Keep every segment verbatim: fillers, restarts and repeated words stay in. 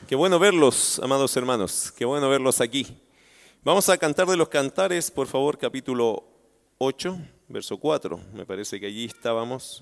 Qué bueno verlos, amados hermanos, qué bueno verlos aquí. Vamos a cantar de los Cantares, por favor, capítulo ocho, verso cuatro. Me parece que allí estábamos.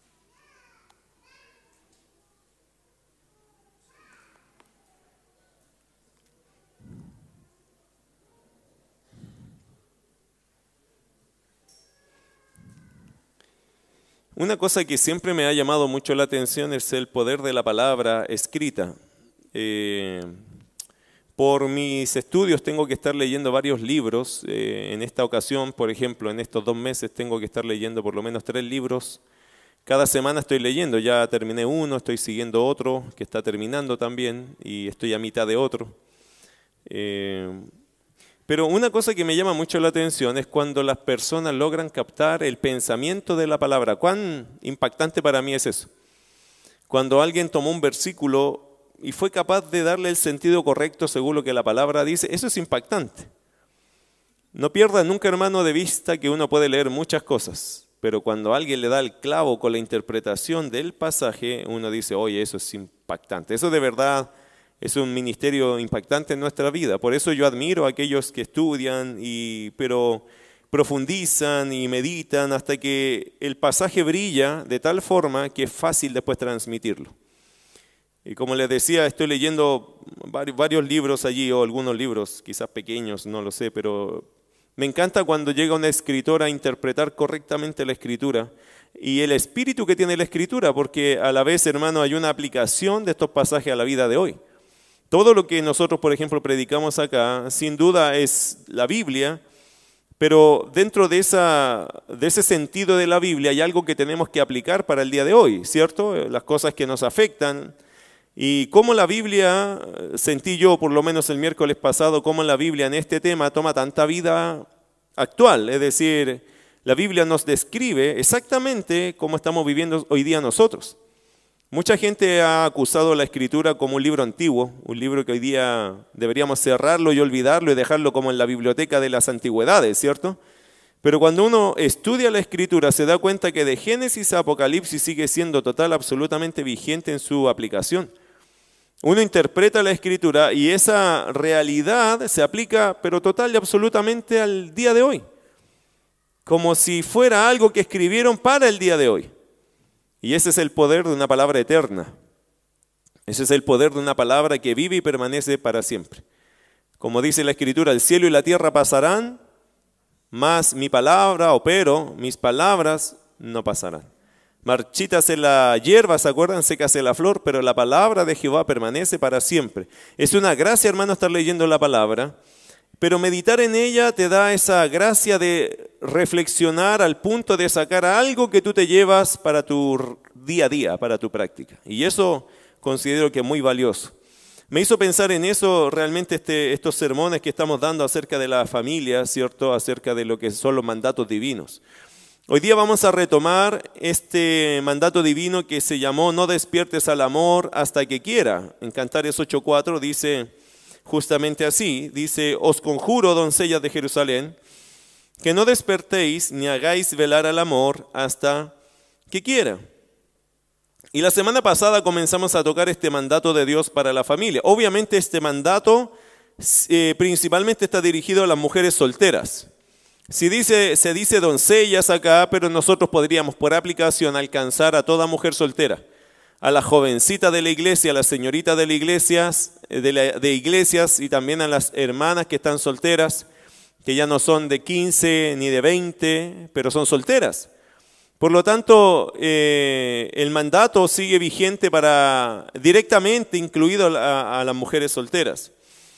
Una cosa que siempre me ha llamado mucho la atención es el poder de la palabra escrita. Eh, por mis estudios tengo que estar leyendo varios libros. Eh, en esta ocasión, por ejemplo, en estos dos meses tengo que estar leyendo por lo menos tres libros. Cada semana estoy leyendo, ya terminé uno, estoy siguiendo otro que está terminando también y estoy a mitad de otro. Eh, Pero una cosa que me llama mucho la atención es cuando las personas logran captar el pensamiento de la palabra. ¿Cuán impactante para mí es eso? Cuando alguien tomó un versículo y fue capaz de darle el sentido correcto según lo que la palabra dice, eso es impactante. No pierda nunca, hermano, de vista que uno puede leer muchas cosas, pero cuando alguien le da el clavo con la interpretación del pasaje, uno dice, oye, eso es impactante. Eso de verdad es un ministerio impactante en nuestra vida. Por eso yo admiro a aquellos que estudian, y, pero profundizan y meditan hasta que el pasaje brilla de tal forma que es fácil después transmitirlo. Y como les decía, estoy leyendo varios, varios libros allí, o algunos libros, quizás pequeños, no lo sé, pero me encanta cuando llega una escritora a interpretar correctamente la escritura y el espíritu que tiene la escritura, porque a la vez, hermano, hay una aplicación de estos pasajes a la vida de hoy. Todo lo que nosotros, por ejemplo, predicamos acá, sin duda es la Biblia, pero dentro de, esa, de ese sentido de la Biblia hay algo que tenemos que aplicar para el día de hoy, ¿cierto? Las cosas que nos afectan. Y cómo la Biblia, sentí yo por lo menos el miércoles pasado, cómo la Biblia en este tema toma tanta vida actual. Es decir, la Biblia nos describe exactamente cómo estamos viviendo hoy día nosotros. Mucha gente ha acusado la Escritura como un libro antiguo, un libro que hoy día deberíamos cerrarlo y olvidarlo y dejarlo como en la biblioteca de las antigüedades, ¿cierto? Pero cuando uno estudia la Escritura se da cuenta que de Génesis a Apocalipsis sigue siendo total, absolutamente vigente en su aplicación. Uno interpreta la Escritura y esa realidad se aplica, pero total y absolutamente al día de hoy, como si fuera algo que escribieron para el día de hoy. Y ese es el poder de una palabra eterna. Ese es el poder de una palabra que vive y permanece para siempre. Como dice la Escritura, el cielo y la tierra pasarán, mas mi palabra, o pero, mis palabras no pasarán. Marchítase la hierba, ¿se acuerdan? Sécase la flor, pero la palabra de Jehová permanece para siempre. Es una gracia, hermano, estar leyendo la palabra, pero meditar en ella te da esa gracia de reflexionar al punto de sacar algo que tú te llevas para tu día a día, para tu práctica. Y eso considero que es muy valioso. Me hizo pensar en eso realmente este, estos sermones que estamos dando acerca de la familia, ¿cierto? Acerca de lo que son los mandatos divinos. Hoy día vamos a retomar este mandato divino que se llamó no despiertes al amor hasta que quiera. En Cantares ocho cuatro dice justamente así, dice, os conjuro, doncellas de Jerusalén, que no despertéis ni hagáis velar al amor hasta que quiera. Y la semana pasada comenzamos a tocar este mandato de Dios para la familia. Obviamente este mandato eh, principalmente está dirigido a las mujeres solteras. Si dice, se dice doncellas acá, pero nosotros podríamos por aplicación alcanzar a toda mujer soltera, a la jovencita de la iglesia, a las señoritas de la iglesia, de, la, de iglesias y también a las hermanas que están solteras, que ya no son de quince ni de veinte, pero son solteras. Por lo tanto, eh, el mandato sigue vigente para directamente incluido a, a las mujeres solteras.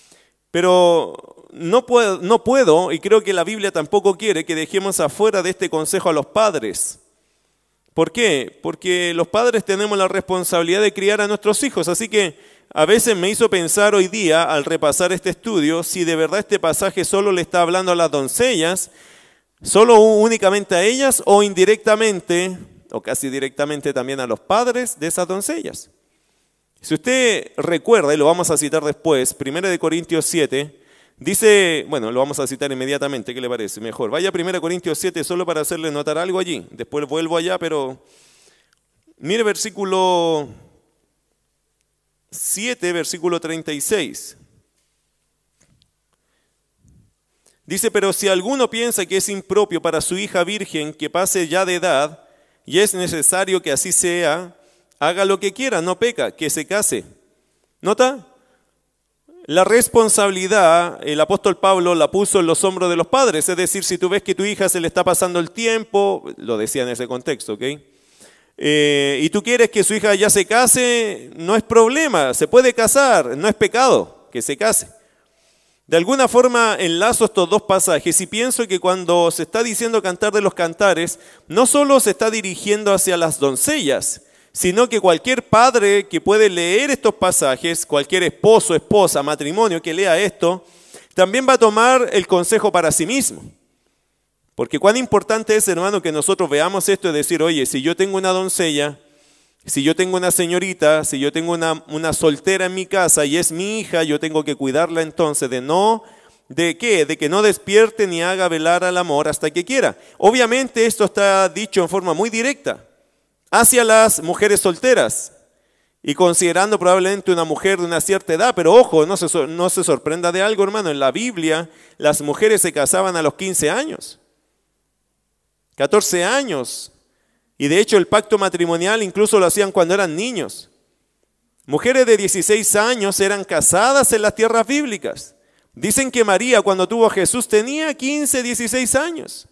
Pero no puedo, no puedo, y creo que la Biblia tampoco quiere, que dejemos afuera de este consejo a los padres. ¿Por qué? Porque los padres tenemos la responsabilidad de criar a nuestros hijos, así que a veces me hizo pensar hoy día, al repasar este estudio, si de verdad este pasaje solo le está hablando a las doncellas, solo únicamente a ellas, o indirectamente, o casi directamente también a los padres de esas doncellas. Si usted recuerda, y lo vamos a citar después, primera de Corintios siete, dice, bueno, lo vamos a citar inmediatamente, ¿qué le parece? Mejor, vaya a primera de Corintios siete solo para hacerle notar algo allí, después vuelvo allá, pero mire versículo, versículo, versículo, versículo, versículo, versículo, versículo, versículo, versículo, versículo, versículo, versículo, versículo, versículo, versículo, versículo, versículo, versículo, versículo, siete, versículo treinta y seis. Dice, pero si alguno piensa que es impropio para su hija virgen que pase ya de edad, y es necesario que así sea, haga lo que quiera, no peca, que se case. ¿Nota? La responsabilidad, el apóstol Pablo la puso en los hombros de los padres, es decir, si tú ves que tu hija se le está pasando el tiempo, lo decía en ese contexto, ¿ok? Eh, y tú quieres que su hija ya se case, no es problema, se puede casar, no es pecado que se case. De alguna forma enlazo estos dos pasajes y pienso que cuando se está diciendo Cantar de los Cantares, no solo se está dirigiendo hacia las doncellas, sino que cualquier padre que puede leer estos pasajes, cualquier esposo, esposa, matrimonio que lea esto, también va a tomar el consejo para sí mismo. Porque cuán importante es, hermano, que nosotros veamos esto y decir, oye, si yo tengo una doncella, si yo tengo una señorita, si yo tengo una, una soltera en mi casa y es mi hija, yo tengo que cuidarla entonces de no, ¿de qué? De que no despierte ni haga velar al amor hasta que quiera. Obviamente esto está dicho en forma muy directa hacia las mujeres solteras y considerando probablemente una mujer de una cierta edad, pero ojo, no se, no se sorprenda de algo, hermano, en la Biblia las mujeres se casaban a los quince años, catorce años. Y de hecho el pacto matrimonial incluso lo hacían cuando eran niños. Mujeres de dieciséis años eran casadas en las tierras bíblicas. Dicen que María cuando tuvo a Jesús tenía quince, dieciséis años.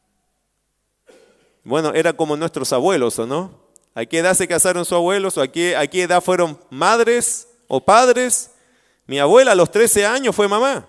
Bueno, era como nuestros abuelos, ¿o no? ¿A qué edad se casaron sus abuelos? ¿O a qué, a qué edad fueron madres o padres? Mi abuela a los trece años fue mamá.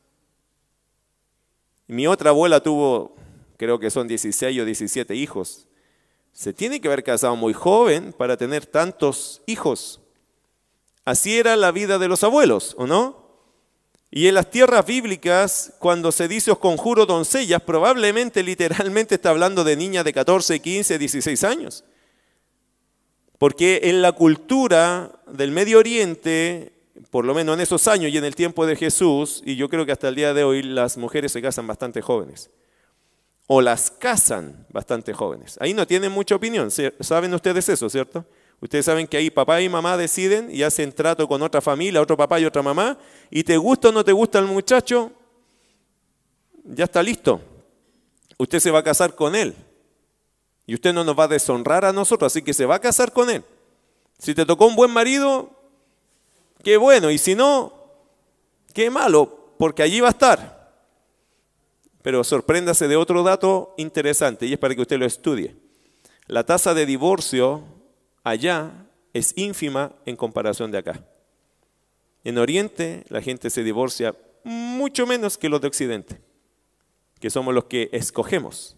Y mi otra abuela tuvo, creo que son dieciséis o diecisiete hijos. Se tiene que haber casado muy joven para tener tantos hijos. Así era la vida de los abuelos, ¿o no? Y en las tierras bíblicas, cuando se dice os conjuro doncellas, probablemente literalmente está hablando de niñas de catorce, quince, dieciséis años. Porque en la cultura del Medio Oriente, por lo menos en esos años y en el tiempo de Jesús, y yo creo que hasta el día de hoy las mujeres se casan bastante jóvenes. O las casan bastante jóvenes. Ahí no tienen mucha opinión. ¿Saben ustedes eso, cierto? Ustedes saben que ahí papá y mamá deciden y hacen trato con otra familia, otro papá y otra mamá, y te gusta o no te gusta el muchacho, ya está listo. Usted se va a casar con él. Y usted no nos va a deshonrar a nosotros, así que se va a casar con él. Si te tocó un buen marido, qué bueno. Y si no, qué malo, porque allí va a estar. Pero sorpréndase de otro dato interesante, y es para que usted lo estudie. La tasa de divorcio allá es ínfima en comparación de acá. En Oriente la gente se divorcia mucho menos que los de Occidente, que somos los que escogemos.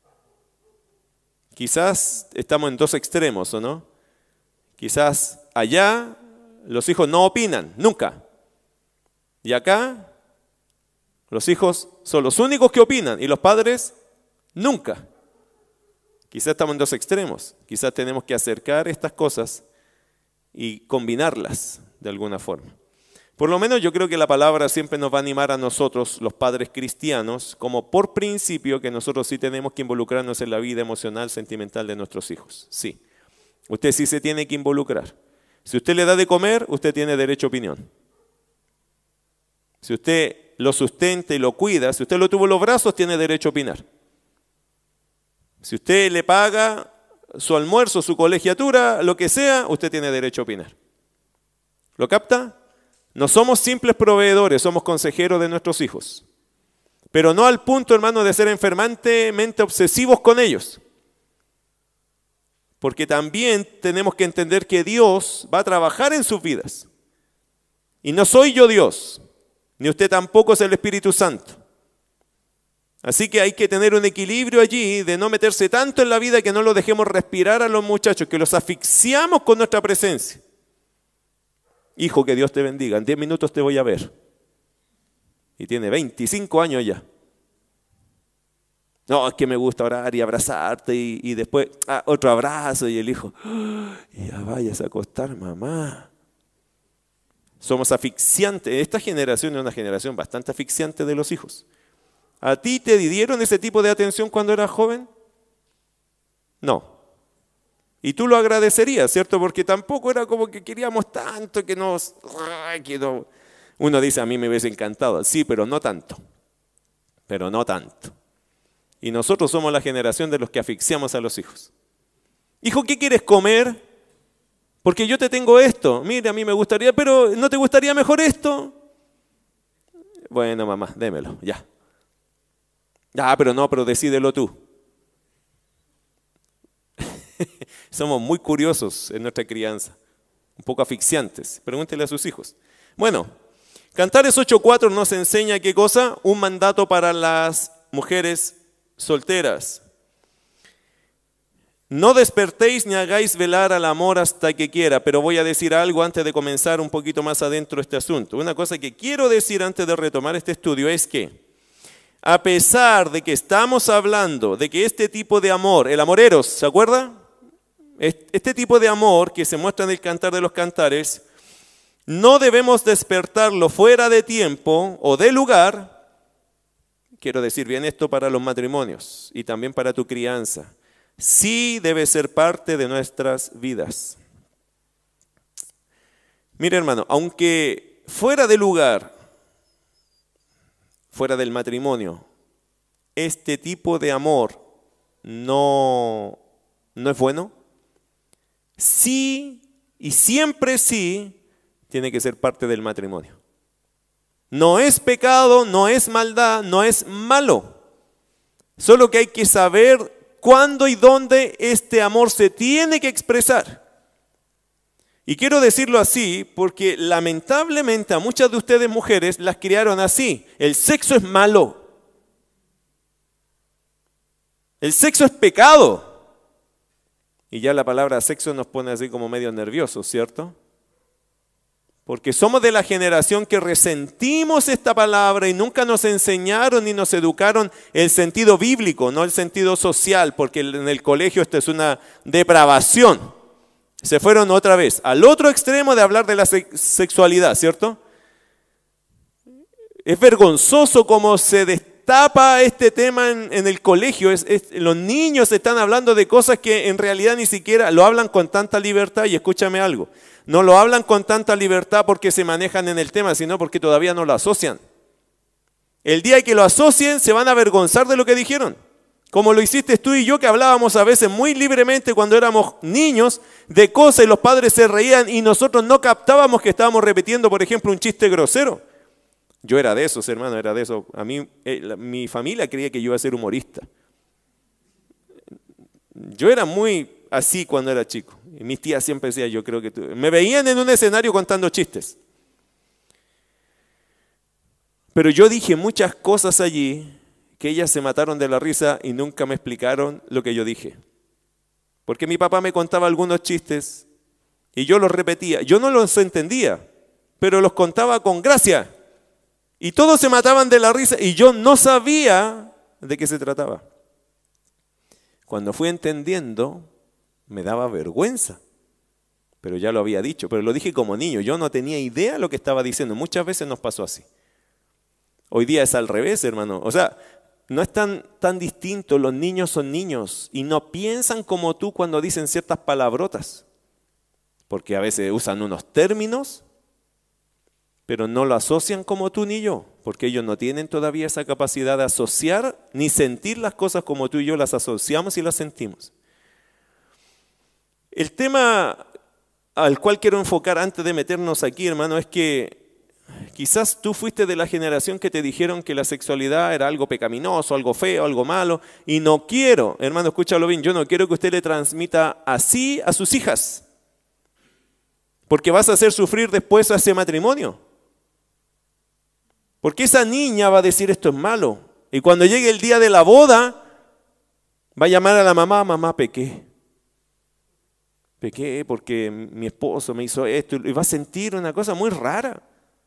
Quizás estamos en dos extremos, ¿o no? Quizás allá los hijos no opinan, nunca. Y acá los hijos son los únicos que opinan y los padres nunca. Quizás estamos en dos extremos. Quizás tenemos que acercar estas cosas y combinarlas de alguna forma. Por lo menos yo creo que la palabra siempre nos va a animar a nosotros, los padres cristianos, como por principio que nosotros sí tenemos que involucrarnos en la vida emocional, sentimental de nuestros hijos. Sí, usted sí se tiene que involucrar. Si usted le da de comer, usted tiene derecho a opinión. Si usted lo sustenta y lo cuida, si usted lo tuvo en los brazos, tiene derecho a opinar. Si usted le paga su almuerzo, su colegiatura, lo que sea, usted tiene derecho a opinar. ¿Lo capta? No somos simples proveedores, somos consejeros de nuestros hijos. Pero no al punto, hermano, de ser enfermantemente obsesivos con ellos. Porque también tenemos que entender que Dios va a trabajar en sus vidas. Y no soy yo Dios, ni usted tampoco es el Espíritu Santo. Así que hay que tener un equilibrio allí de no meterse tanto en la vida que no los dejemos respirar a los muchachos, que los asfixiamos con nuestra presencia. Hijo, que Dios te bendiga, en diez minutos te voy a ver. Y tiene veinticinco años ya. No, es que me gusta orar y abrazarte y, y después ah, otro abrazo y el hijo, oh, ya vayas a acostar, mamá. Somos asfixiantes. Esta generación es una generación bastante asfixiante de los hijos. ¿A ti te dieron ese tipo de atención cuando eras joven? No. Y tú lo agradecerías, ¿cierto? Porque tampoco era como que queríamos tanto que nos... Ay, que no. Uno dice, a mí me hubiese encantado. Sí, pero no tanto. Pero no tanto. Y nosotros somos la generación de los que asfixiamos a los hijos. Hijo, ¿qué quieres comer? Porque yo te tengo esto. Mira, a mí me gustaría, pero ¿no te gustaría mejor esto? Bueno, mamá, démelo, ya. Ah, pero no, pero decídelo tú. Somos muy curiosos en nuestra crianza, un poco asfixiantes. Pregúntele a sus hijos. Bueno, Cantares ocho cuatro nos enseña ¿qué cosa? Un mandato para las mujeres solteras. No despertéis ni hagáis velar al amor hasta que quiera, pero voy a decir algo antes de comenzar un poquito más adentro este asunto. Una cosa que quiero decir antes de retomar este estudio es que a pesar de que estamos hablando de que este tipo de amor, el amor eros, ¿se acuerda? Este tipo de amor que se muestra en el Cantar de los Cantares, no debemos despertarlo fuera de tiempo o de lugar. Quiero decir bien esto para los matrimonios y también para tu crianza. Sí debe ser parte de nuestras vidas. Mire, hermano, aunque fuera de lugar, fuera del matrimonio, este tipo de amor no, no es bueno, sí y siempre sí tiene que ser parte del matrimonio. No es pecado, no es maldad, no es malo. Solo que hay que saber cuándo y dónde este amor se tiene que expresar. Y quiero decirlo así porque lamentablemente a muchas de ustedes mujeres las criaron así. El sexo es malo. El sexo es pecado. Y ya la palabra sexo nos pone así como medio nerviosos, ¿cierto? Porque somos de la generación que resentimos esta palabra y nunca nos enseñaron ni nos educaron el sentido bíblico, no el sentido social, porque en el colegio esto es una depravación. Se fueron otra vez al otro extremo de hablar de la sexualidad, ¿cierto? Es vergonzoso cómo se destapa este tema en, en el colegio. Es, es, los niños están hablando de cosas que en realidad ni siquiera lo hablan con tanta libertad. Y escúchame algo, no lo hablan con tanta libertad porque se manejan en el tema, sino porque todavía no lo asocian. El día que lo asocien se van a avergonzar de lo que dijeron. Como lo hiciste tú y yo, que hablábamos a veces muy libremente cuando éramos niños de cosas y los padres se reían y nosotros no captábamos que estábamos repitiendo, por ejemplo, un chiste grosero. Yo era de esos, hermano, era de esos. A mí, eh, la, mi familia creía que yo iba a ser humorista. Yo era muy así cuando era chico. Y mis tías siempre decían, yo creo que tú... Me veían en un escenario contando chistes. Pero yo dije muchas cosas allí que ellas se mataron de la risa y nunca me explicaron lo que yo dije. Porque mi papá me contaba algunos chistes y yo los repetía. Yo no los entendía, pero los contaba con gracia. Y todos se mataban de la risa y yo no sabía de qué se trataba. Cuando fui entendiendo, me daba vergüenza. Pero ya lo había dicho, pero lo dije como niño. Yo no tenía idea de lo que estaba diciendo. Muchas veces nos pasó así. Hoy día es al revés, hermano. O sea, no es tan, tan distinto. Los niños son niños y no piensan como tú cuando dicen ciertas palabrotas. Porque a veces usan unos términos, pero no lo asocian como tú ni yo. Porque ellos no tienen todavía esa capacidad de asociar ni sentir las cosas como tú y yo las asociamos y las sentimos. El tema al cual quiero enfocar antes de meternos aquí, hermano, es que quizás tú fuiste de la generación que te dijeron que la sexualidad era algo pecaminoso, algo feo, algo malo. Y no quiero, hermano, escúchalo bien, yo no quiero que usted le transmita así a sus hijas. Porque vas a hacer sufrir después a ese matrimonio. Porque esa niña va a decir esto es malo. Y cuando llegue el día de la boda, va a llamar a la mamá, mamá, pequé. Pequé porque mi esposo me hizo esto. Y va a sentir una cosa muy rara.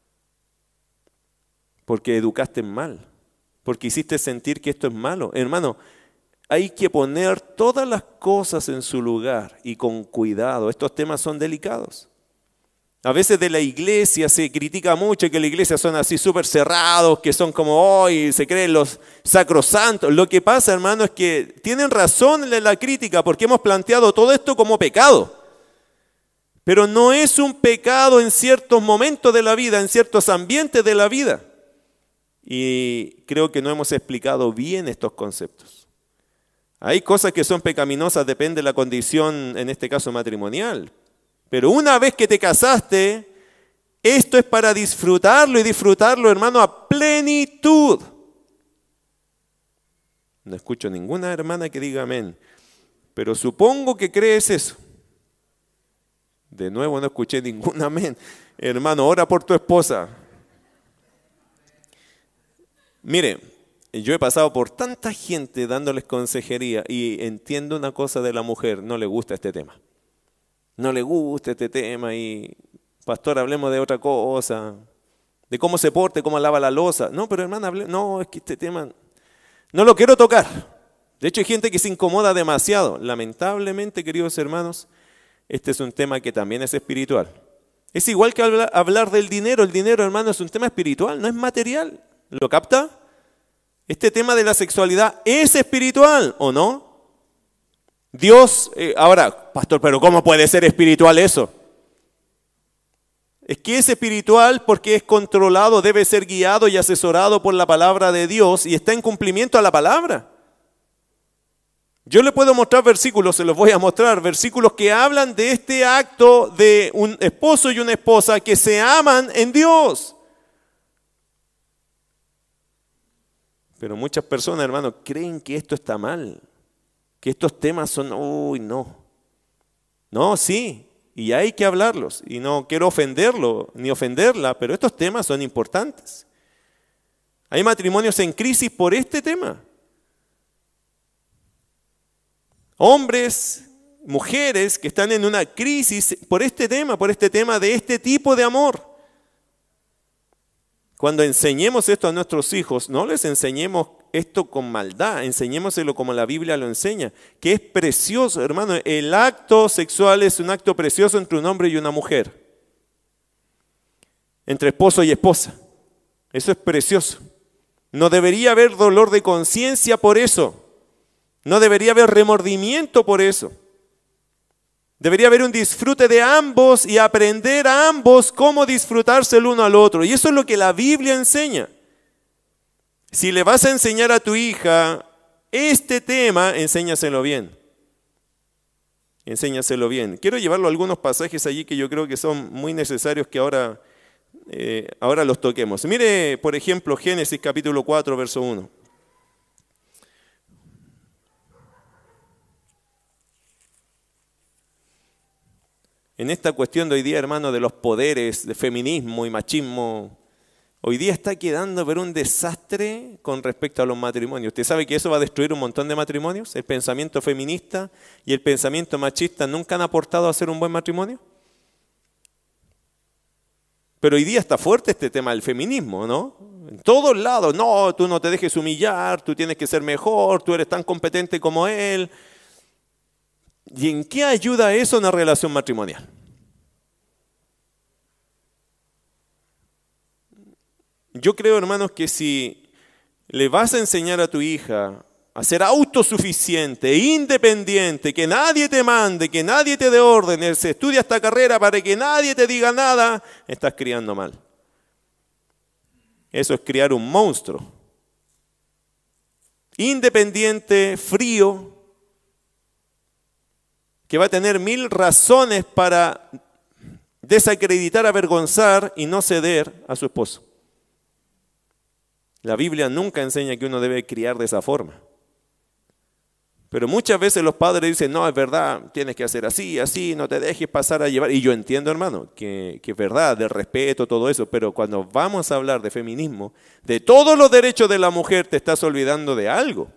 Porque educaste mal, porque hiciste sentir que esto es malo. Hermano, hay que poner todas las cosas en su lugar y con cuidado. Estos temas son delicados. A veces de la iglesia se critica mucho que la iglesia son así súper cerrados, que son como hoy, se creen los sacrosantos. Lo que pasa, hermano, es que tienen razón en la crítica porque hemos planteado todo esto como pecado. Pero no es un pecado en ciertos momentos de la vida, en ciertos ambientes de la vida. Y creo que no hemos explicado bien estos conceptos. Hay cosas que son pecaminosas, depende de la condición, en este caso matrimonial. Pero una vez que te casaste, esto es para disfrutarlo y disfrutarlo, hermano, a plenitud. No escucho ninguna hermana que diga amén, pero supongo que crees eso. De nuevo no escuché ningún amén. Hermano, ora por tu esposa. Mire, yo he pasado por tanta gente dándoles consejería y entiendo una cosa de la mujer, no le gusta este tema. No le gusta este tema y, pastor, hablemos de otra cosa, de cómo se porte, cómo lava la loza. No, pero hermana, hable, no, es que este tema no lo quiero tocar. De hecho, hay gente que se incomoda demasiado. Lamentablemente, queridos hermanos, este es un tema que también es espiritual. Es igual que hablar, hablar del dinero. El dinero, hermano, es un tema espiritual, no es material. ¿Lo capta? Este tema de la sexualidad es espiritual, ¿o no? Dios, eh, ahora, pastor, pero ¿cómo puede ser espiritual eso? Es que es espiritual porque es controlado, debe ser guiado y asesorado por la palabra de Dios y está en cumplimiento a la palabra. Yo le puedo mostrar versículos, se los voy a mostrar, versículos que hablan de este acto de un esposo y una esposa que se aman en Dios. Pero muchas personas, hermanos, creen que esto está mal. Que estos temas son, uy, no. No, sí, y hay que hablarlos. Y no quiero ofenderlo ni ofenderla, pero estos temas son importantes. Hay matrimonios en crisis por este tema. Hombres, mujeres que están en una crisis por este tema, por este tema de este tipo de amor. Cuando enseñemos esto a nuestros hijos, no les enseñemos esto con maldad, enseñémoselo como la Biblia lo enseña, que es precioso, hermano. El acto sexual es un acto precioso entre un hombre y una mujer, entre esposo y esposa. Eso es precioso. No debería haber dolor de conciencia por eso, no debería haber remordimiento por eso. Debería haber un disfrute de ambos y aprender a ambos cómo disfrutarse el uno al otro. Y eso es lo que la Biblia enseña. Si le vas a enseñar a tu hija este tema, enséñaselo bien. Enséñaselo bien. Quiero llevarlo a algunos pasajes allí que yo creo que son muy necesarios que ahora, eh, ahora los toquemos. Mire, por ejemplo, Génesis capítulo cuatro, verso uno. En esta cuestión de hoy día, hermano, de los poderes, de feminismo y machismo, hoy día está quedando pero un desastre con respecto a los matrimonios. ¿Usted sabe que eso va a destruir un montón de matrimonios? El pensamiento feminista y el pensamiento machista nunca han aportado a hacer un buen matrimonio. Pero hoy día está fuerte este tema del feminismo, ¿no? En todos lados, no, tú no te dejes humillar, tú tienes que ser mejor, tú eres tan competente como él. ¿Y en qué ayuda eso en una relación matrimonial? Yo creo, hermanos, que si le vas a enseñar a tu hija a ser autosuficiente, independiente, que nadie te mande, que nadie te dé órdenes, se estudia esta carrera para que nadie te diga nada, estás criando mal. Eso es criar un monstruo. Independiente, frío, que va a tener mil razones para desacreditar, avergonzar y no ceder a su esposo. La Biblia nunca enseña que uno debe criar de esa forma. Pero muchas veces los padres dicen, no, es verdad, tienes que hacer así, así, no te dejes pasar a llevar. Y yo entiendo, hermano, que, que es verdad, de respeto, todo eso, pero cuando vamos a hablar de feminismo, de todos los derechos de la mujer, te estás olvidando de algo.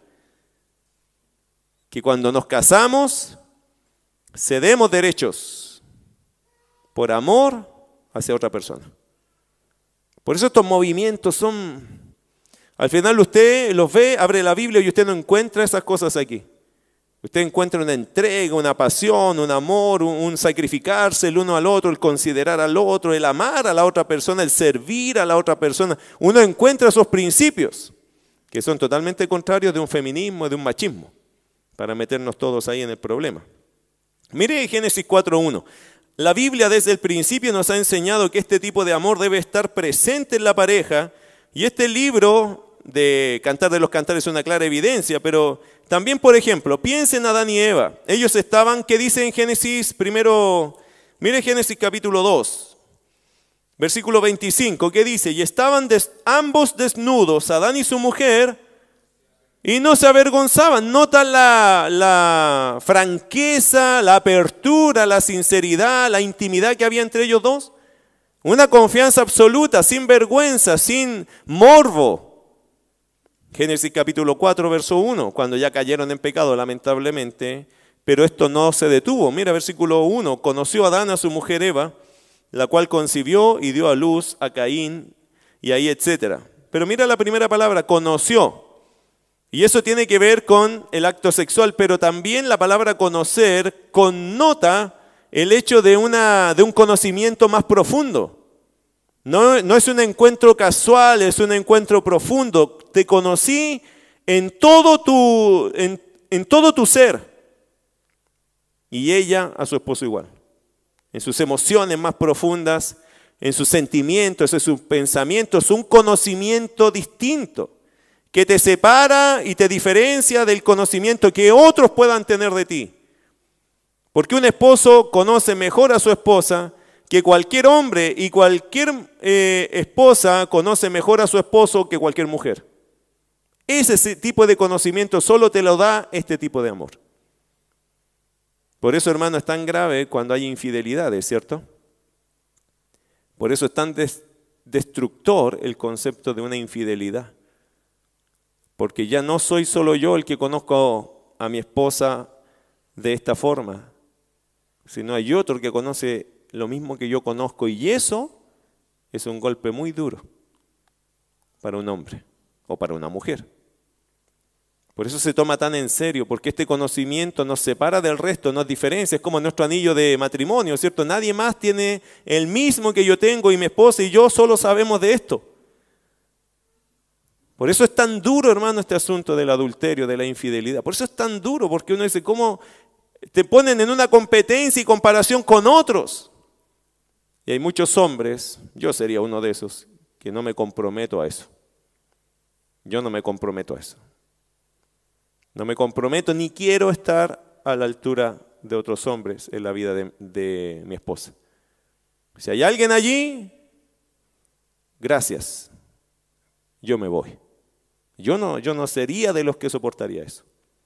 Que cuando nos casamos, cedemos derechos por amor hacia otra persona. Por eso estos movimientos son... Al final usted los ve, abre la Biblia y usted no encuentra esas cosas aquí. Usted encuentra una entrega, una pasión, un amor, un, un sacrificarse el uno al otro, el considerar al otro, el amar a la otra persona, el servir a la otra persona. Uno encuentra esos principios que son totalmente contrarios de un feminismo, de un machismo, para meternos todos ahí en el problema. Mire Génesis cuatro uno. La Biblia desde el principio nos ha enseñado que este tipo de amor debe estar presente en la pareja, y este libro de Cantar de los Cantares es una clara evidencia, pero también, por ejemplo, piensen en Adán y Eva. Ellos estaban, ¿qué dice en Génesis? Primero, mire Génesis capítulo dos, versículo veinticinco, ¿qué dice? Y estaban des, ambos desnudos, Adán y su mujer, y no se avergonzaban. Nota la, la franqueza, la apertura, la sinceridad, la intimidad que había entre ellos dos. Una confianza absoluta, sin vergüenza, sin morbo. Génesis capítulo cuatro, verso uno, cuando ya cayeron en pecado, lamentablemente, pero esto no se detuvo. Mira, versículo uno, conoció Adán a su mujer Eva, la cual concibió y dio a luz a Caín, y ahí etcétera. Pero mira la primera palabra, conoció. Y eso tiene que ver con el acto sexual, pero también la palabra conocer connota el hecho de, una, de un conocimiento más profundo. No, no es un encuentro casual, es un encuentro profundo. Te conocí en todo tu, en, en todo tu ser. Y ella a su esposo igual. En sus emociones más profundas, en sus sentimientos, en sus pensamientos, un conocimiento distinto que te separa y te diferencia del conocimiento que otros puedan tener de ti. Porque un esposo conoce mejor a su esposa que cualquier hombre, y cualquier eh, esposa conoce mejor a su esposo que cualquier mujer. Ese tipo de conocimiento solo te lo da este tipo de amor. Por eso, hermano, es tan grave cuando hay infidelidades, ¿cierto? Por eso es tan des- destructor el concepto de una infidelidad. Porque ya no soy solo yo el que conozco a mi esposa de esta forma, sino hay otro que conoce lo mismo que yo conozco, y eso es un golpe muy duro para un hombre o para una mujer. Por eso se toma tan en serio, porque este conocimiento nos separa del resto, nos diferencia, es como nuestro anillo de matrimonio, ¿cierto? Nadie más tiene el mismo que yo tengo, y mi esposa y yo solo sabemos de esto. Por eso es tan duro, hermano, este asunto del adulterio, de la infidelidad. Por eso es tan duro, porque uno dice, ¿cómo te ponen en una competencia y comparación con otros? Y hay muchos hombres, yo sería uno de esos, que no me comprometo a eso. Yo no me comprometo a eso. No me comprometo ni quiero estar a la altura de otros hombres en la vida de, de mi esposa. Si hay alguien allí, gracias, yo me voy. Yo no, yo no sería de los que soportaría eso.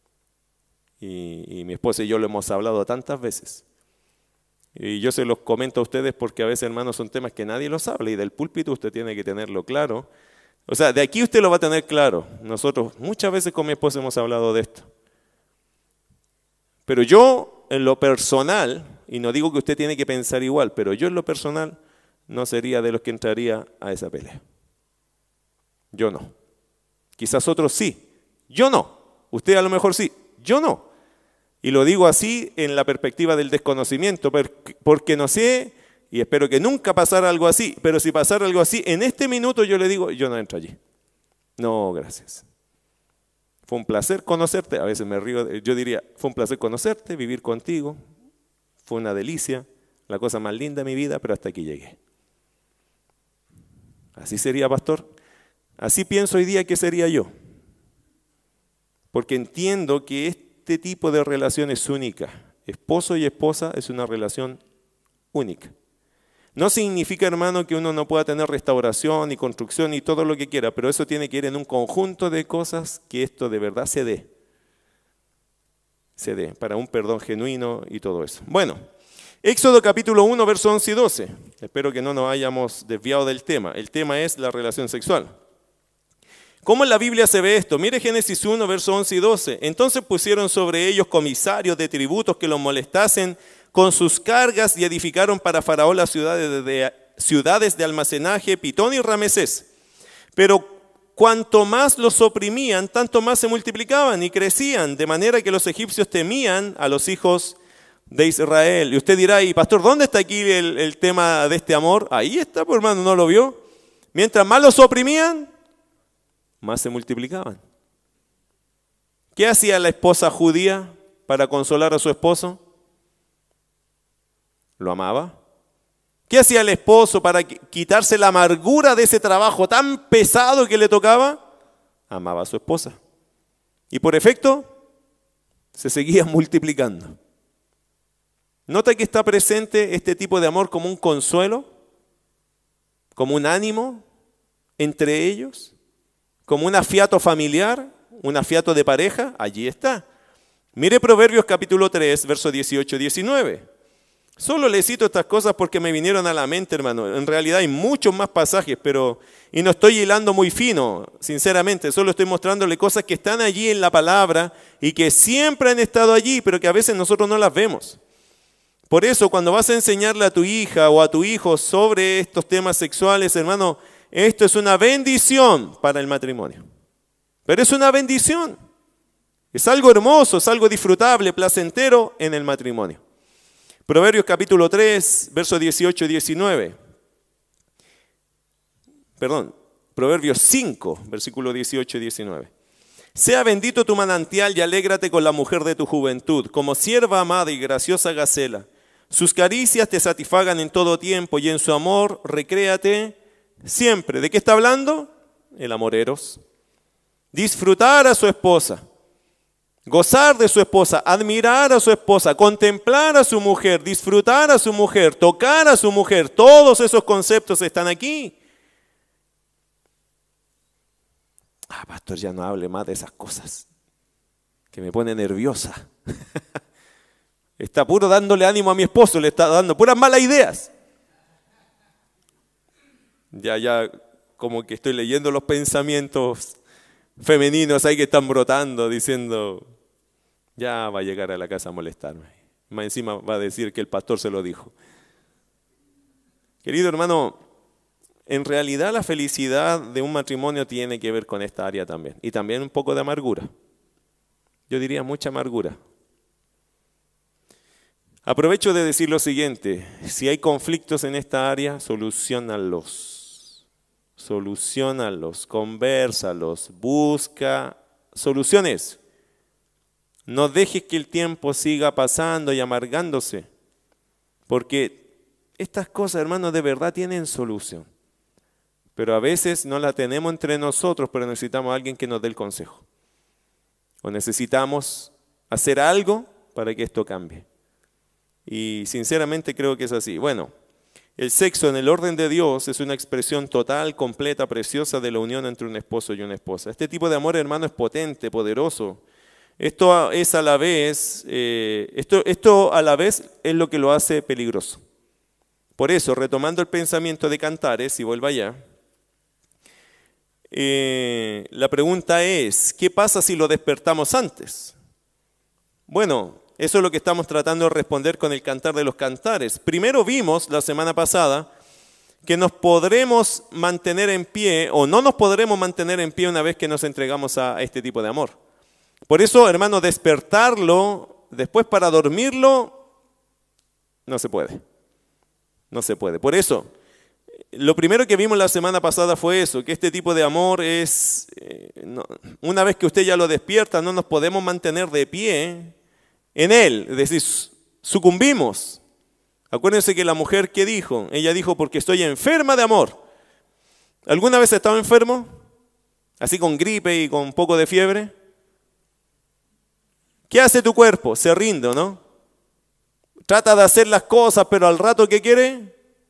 Y, y mi esposa y yo lo hemos hablado tantas veces. Y yo se los comento a ustedes porque a veces, hermanos, son temas que nadie los habla, y del púlpito usted tiene que tenerlo claro. O sea, de aquí usted lo va a tener claro. Nosotros muchas veces con mi esposa hemos hablado de esto. Pero yo, en lo personal, y no digo que usted tiene que pensar igual, pero yo en lo personal no sería de los que entraría a esa pelea. Yo no. Quizás otros sí. Yo no. Usted a lo mejor sí. Yo no. Y lo digo así en la perspectiva del desconocimiento, porque no sé, y espero que nunca pasara algo así, pero si pasara algo así, en este minuto yo le digo, yo no entro allí. No, gracias. Fue un placer conocerte, a veces me río, yo diría, fue un placer conocerte, vivir contigo, fue una delicia, la cosa más linda de mi vida, pero hasta aquí llegué. Así sería, pastor. Así pienso hoy día que sería yo. Porque entiendo que este tipo de relación es única. Esposo y esposa es una relación única. No significa, hermano, que uno no pueda tener restauración y construcción y todo lo que quiera, pero eso tiene que ir en un conjunto de cosas que esto de verdad se dé. Se dé, para un perdón genuino y todo eso. Bueno, Éxodo capítulo uno, versos once y doce. Espero que no nos hayamos desviado del tema. El tema es la relación sexual. ¿Cómo en la Biblia se ve esto? Mire Génesis uno, versos once y doce. Entonces pusieron sobre ellos comisarios de tributos que los molestasen con sus cargas, y edificaron para Faraón las ciudades de, ciudades de almacenaje, Pitón y Ramesés. Pero cuanto más los oprimían, tanto más se multiplicaban y crecían, de manera que los egipcios temían a los hijos de Israel. Y usted dirá, y pastor, ¿dónde está aquí el, el tema de este amor? Ahí está, pues hermano, ¿no lo vio? Mientras más los oprimían, más se multiplicaban. ¿Qué hacía la esposa judía para consolar a su esposo? Lo amaba. ¿Qué hacía el esposo para quitarse la amargura de ese trabajo tan pesado que le tocaba? Amaba a su esposa. Y por efecto, se seguía multiplicando. ¿Nota que está presente este tipo de amor como un consuelo? ¿Como un ánimo entre ellos? ¿Como un afiato familiar? ¿Un afiato de pareja? Allí está. Mire Proverbios capítulo tres, versos dieciocho y diecinueve. Solo le cito estas cosas porque me vinieron a la mente, hermano. En realidad hay muchos más pasajes, pero y no estoy hilando muy fino, sinceramente. Solo estoy mostrándole cosas que están allí en la palabra y que siempre han estado allí, pero que a veces nosotros no las vemos. Por eso, cuando vas a enseñarle a tu hija o a tu hijo sobre estos temas sexuales, hermano, esto es una bendición para el matrimonio. Pero es una bendición. Es algo hermoso, es algo disfrutable, placentero en el matrimonio. Proverbios capítulo tres, versos dieciocho y diecinueve. Perdón, Proverbios cinco, versículos dieciocho y diecinueve. Sea bendito tu manantial y alégrate con la mujer de tu juventud, como sierva amada y graciosa gacela. Sus caricias te satisfagan en todo tiempo y en su amor recréate siempre. ¿De qué está hablando? El amor eros. Disfrutar a su esposa. Gozar de su esposa, admirar a su esposa, contemplar a su mujer, disfrutar a su mujer, tocar a su mujer. Todos esos conceptos están aquí. Ah, pastor, ya no hable más de esas cosas, que me pone nerviosa. Está puro dándole ánimo a mi esposo, le está dando puras malas ideas. Ya, ya, como que estoy leyendo los pensamientos femeninos ahí que están brotando, diciendo... Ya va a llegar a la casa a molestarme. Más encima va a decir que el pastor se lo dijo. Querido hermano, en realidad la felicidad de un matrimonio tiene que ver con esta área también. Y también un poco de amargura. Yo diría mucha amargura. Aprovecho de decir lo siguiente. Si hay conflictos en esta área, soluciónalos. Soluciónalos, convérsalos, busca soluciones. No dejes que el tiempo siga pasando y amargándose, porque estas cosas, hermanos, de verdad tienen solución. Pero a veces no la tenemos entre nosotros, pero necesitamos a alguien que nos dé el consejo. O necesitamos hacer algo para que esto cambie. Y sinceramente creo que es así. Bueno, el sexo en el orden de Dios es una expresión total, completa, preciosa de la unión entre un esposo y una esposa. Este tipo de amor, hermano, es potente, poderoso. Esto es a la vez, eh, esto, esto a la vez es lo que lo hace peligroso. Por eso, retomando el pensamiento de Cantares, y vuelva allá, eh, la pregunta es, ¿qué pasa si lo despertamos antes? Bueno, eso es lo que estamos tratando de responder con el Cantar de los Cantares. Primero vimos la semana pasada que nos podremos mantener en pie o no nos podremos mantener en pie una vez que nos entregamos a este tipo de amor. Por eso, hermano, despertarlo, después para dormirlo, no se puede. No se puede. Por eso, lo primero que vimos la semana pasada fue eso, que este tipo de amor es, eh, no, una vez que usted ya lo despierta, no nos podemos mantener de pie en él, es decir, sucumbimos. Acuérdense que la mujer, ¿qué dijo? Ella dijo, porque estoy enferma de amor. ¿Alguna vez ha estado enfermo? Así con gripe y con un poco de fiebre. ¿Qué hace tu cuerpo? Se rinde, ¿no? Trata de hacer las cosas, pero al rato que quiere,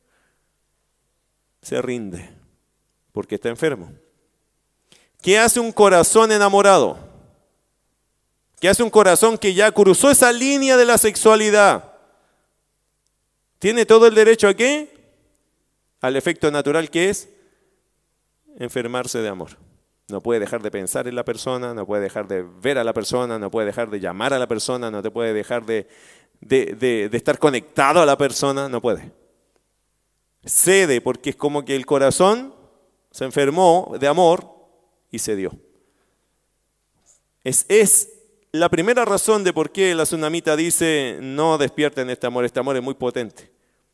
se rinde, porque está enfermo. ¿Qué hace un corazón enamorado? ¿Qué hace un corazón que ya cruzó esa línea de la sexualidad? ¿Tiene todo el derecho a qué? Al efecto natural que es enfermarse de amor. No puede dejar de pensar en la persona, no puede dejar de ver a la persona, no puede dejar de llamar a la persona, no te puede dejar de, de, de, de estar conectado a la persona, no puede. Cede porque es como que el corazón se enfermó de amor y se dio. Es, es la primera razón de por qué la tsunamita dice, no despierten este amor, este amor es muy potente.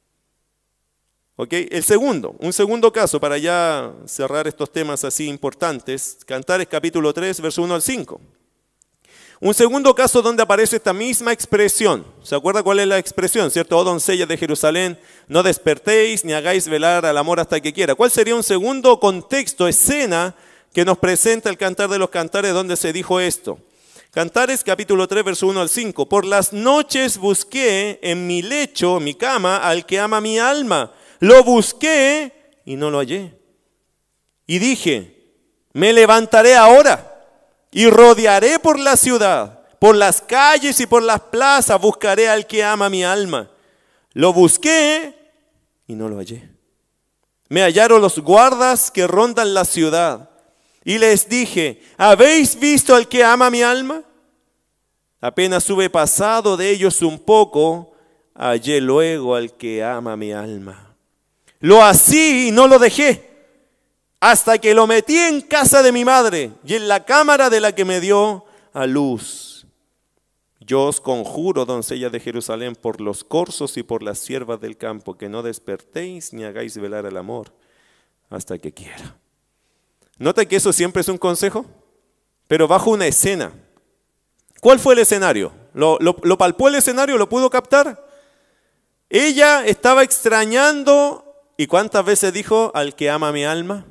¿Ok? El segundo, un segundo caso para ya cerrar estos temas así importantes, Cantares capítulo tres, verso uno al cinco. Un segundo caso donde aparece esta misma expresión. ¿Se acuerda cuál es la expresión? ¿Cierto? Oh doncellas de Jerusalén, no despertéis ni hagáis velar al amor hasta que quiera. ¿Cuál sería un segundo contexto, escena que nos presenta el Cantar de los Cantares donde se dijo esto? Cantares capítulo tres, verso uno al cinco. Por las noches busqué en mi lecho, en mi cama, al que ama mi alma. Lo busqué y no lo hallé. Y dije, me levantaré ahora y rodearé por la ciudad, por las calles y por las plazas, buscaré al que ama mi alma. Lo busqué y no lo hallé. Me hallaron los guardas que rondan la ciudad. Y les dije, ¿habéis visto al que ama mi alma? Apenas hube pasado de ellos un poco, hallé luego al que ama mi alma. Lo así y no lo dejé, hasta que lo metí en casa de mi madre y en la cámara de la que me dio a luz. Yo os conjuro, doncellas de Jerusalén, por los corzos y por las siervas del campo, que no despertéis ni hagáis velar el amor hasta que quiera. ¿Nota que eso siempre es un consejo? Pero bajo una escena. ¿Cuál fue el escenario? ¿Lo, lo, lo palpó el escenario? ¿Lo pudo captar? Ella estaba extrañando. ¿Y cuántas veces dijo al que ama mi alma?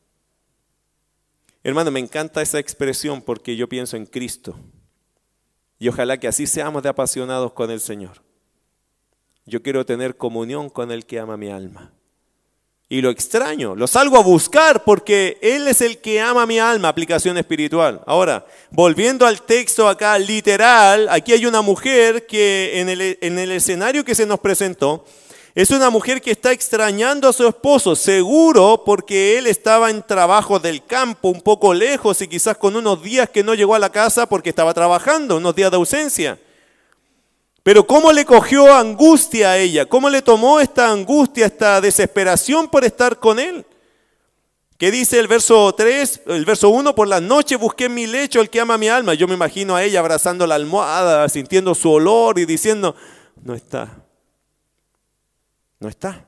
Hermano, me encanta esa expresión porque yo pienso en Cristo. Y ojalá que así seamos de apasionados con el Señor. Yo quiero tener comunión con el que ama mi alma. Y lo extraño, lo salgo a buscar porque Él es el que ama mi alma, aplicación espiritual. Ahora, volviendo al texto acá literal, aquí hay una mujer que en el, en el escenario que se nos presentó, es una mujer que está extrañando a su esposo, seguro porque él estaba en trabajo del campo, un poco lejos y quizás con unos días que no llegó a la casa porque estaba trabajando, unos días de ausencia. Pero ¿cómo le cogió angustia a ella? ¿Cómo le tomó esta angustia, esta desesperación por estar con él? ¿Qué dice el verso tres, el verso uno? Por la noche busqué en mi lecho el que ama mi alma. Yo me imagino a ella abrazando la almohada, sintiendo su olor y diciendo, no está. No está.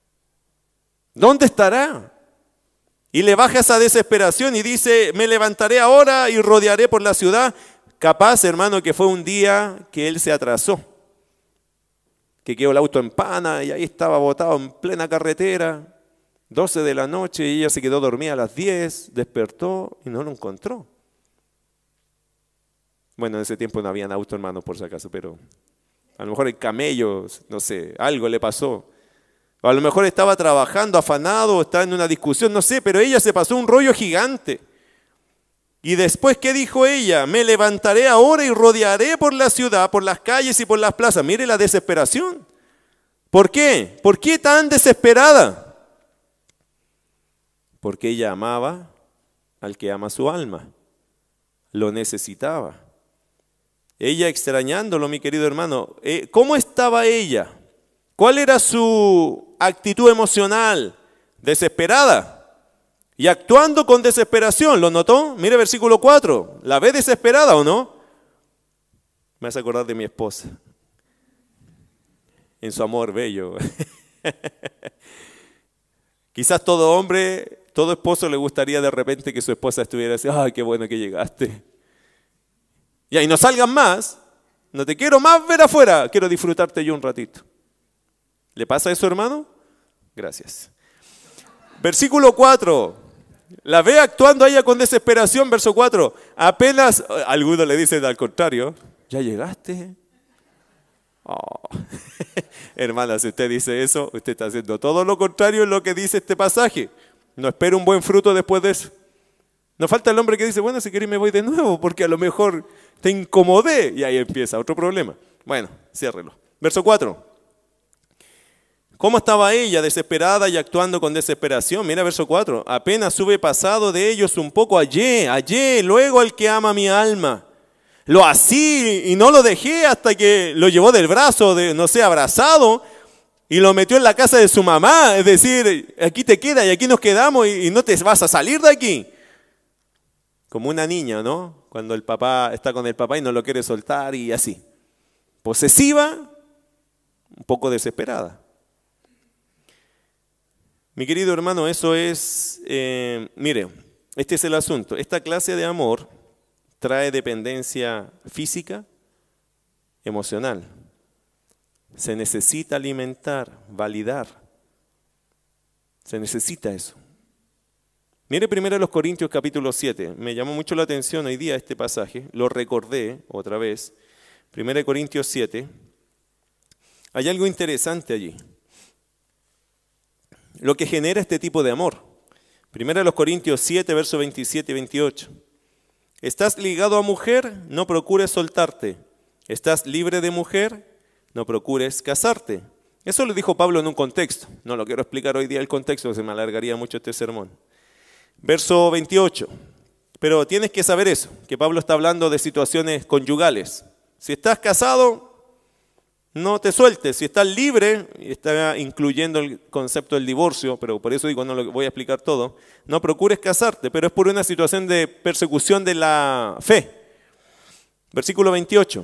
¿Dónde estará? Y le baja esa desesperación y dice, me levantaré ahora y rodearé por la ciudad. Capaz, hermano, que fue un día que él se atrasó. Que quedó el auto en pana y ahí estaba botado en plena carretera. doce de la noche y ella se quedó dormida a las diez, despertó y no lo encontró. Bueno, en ese tiempo no había auto, hermano, por si acaso, pero a lo mejor el camello, no sé, algo le pasó. O a lo mejor estaba trabajando, afanado, estaba en una discusión, no sé, pero ella se pasó un rollo gigante. Y después, ¿qué dijo ella? Me levantaré ahora y rodearé por la ciudad, por las calles y por las plazas. Mire la desesperación. ¿Por qué? ¿Por qué tan desesperada? Porque ella amaba al que ama su alma. Lo necesitaba. Ella extrañándolo, mi querido hermano. ¿Cómo estaba ella? ¿Cuál era su actitud emocional? Desesperada. Y actuando con desesperación, ¿lo notó? Mire versículo cuatro. ¿La ve desesperada o no? Me hace acordar de mi esposa. En su amor bello. Quizás todo hombre, todo esposo le gustaría de repente que su esposa estuviera así, ¡ay, qué bueno que llegaste! Y ahí no salgan más, no te quiero más ver afuera, quiero disfrutarte yo un ratito. ¿Le pasa eso, hermano? Gracias. Versículo cuatro. La ve actuando a ella con desesperación, verso cuatro. Apenas, algunos le dicen al contrario, ¿ya llegaste? Oh. Hermana, si usted dice eso, usted está haciendo todo lo contrario en lo que dice este pasaje. No espera un buen fruto después de eso. No falta el hombre que dice, bueno, si querés me voy de nuevo, porque a lo mejor te incomodé. Y ahí empieza otro problema. Bueno, ciérrelo. Verso cuatro. ¿Cómo estaba ella desesperada y actuando con desesperación? Mira verso cuatro. Apenas hube pasado de ellos un poco, hallé, hallé, luego al que ama mi alma. Lo así y no lo dejé hasta que lo llevó del brazo, de, no sé, abrazado, y lo metió en la casa de su mamá. Es decir, aquí te queda y aquí nos quedamos y, y no te vas a salir de aquí. Como una niña, ¿no? Cuando el papá está con el papá y no lo quiere soltar y así. Posesiva, un poco desesperada. Mi querido hermano, eso es, eh, mire, este es el asunto. Esta clase de amor trae dependencia física, emocional. Se necesita alimentar, validar. Se necesita eso. Mire primero los Corintios capítulo siete. Me llamó mucho la atención hoy día este pasaje. Lo recordé otra vez. Primero Corintios siete. Hay algo interesante allí. Lo que genera este tipo de amor. Primero los Corintios siete, versos veintisiete y veintiocho. Estás ligado a mujer, no procures soltarte. Estás libre de mujer, no procures casarte. Eso lo dijo Pablo en un contexto. No lo quiero explicar hoy día el contexto, se me alargaría mucho este sermón. Verso veintiocho. Pero tienes que saber eso, que Pablo está hablando de situaciones conyugales. Si estás casado, no te sueltes. Si estás libre, está incluyendo el concepto del divorcio, pero por eso digo, no lo voy a explicar todo. No procures casarte, pero es por una situación de persecución de la fe. Versículo veintiocho.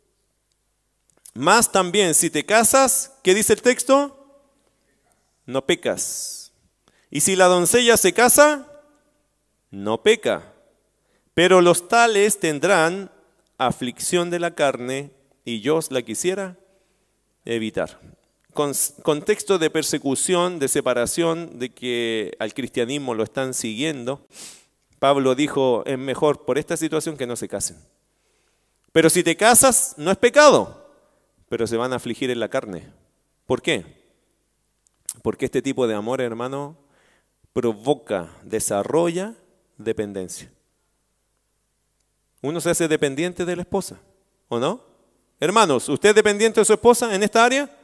Más también, si te casas, ¿qué dice el texto? No pecas. Y si la doncella se casa, no peca. Pero los tales tendrán aflicción de la carne, y yo os la quisiera evitar. Con, contexto de persecución, de separación, de que al cristianismo lo están siguiendo. Pablo dijo, es mejor por esta situación que no se casen. Pero si te casas, no es pecado, pero se van a afligir en la carne. ¿Por qué? Porque este tipo de amor, hermano, provoca, desarrolla dependencia. Uno se hace dependiente de la esposa, ¿o no? Hermanos, ¿usted es dependiente de su esposa en esta área?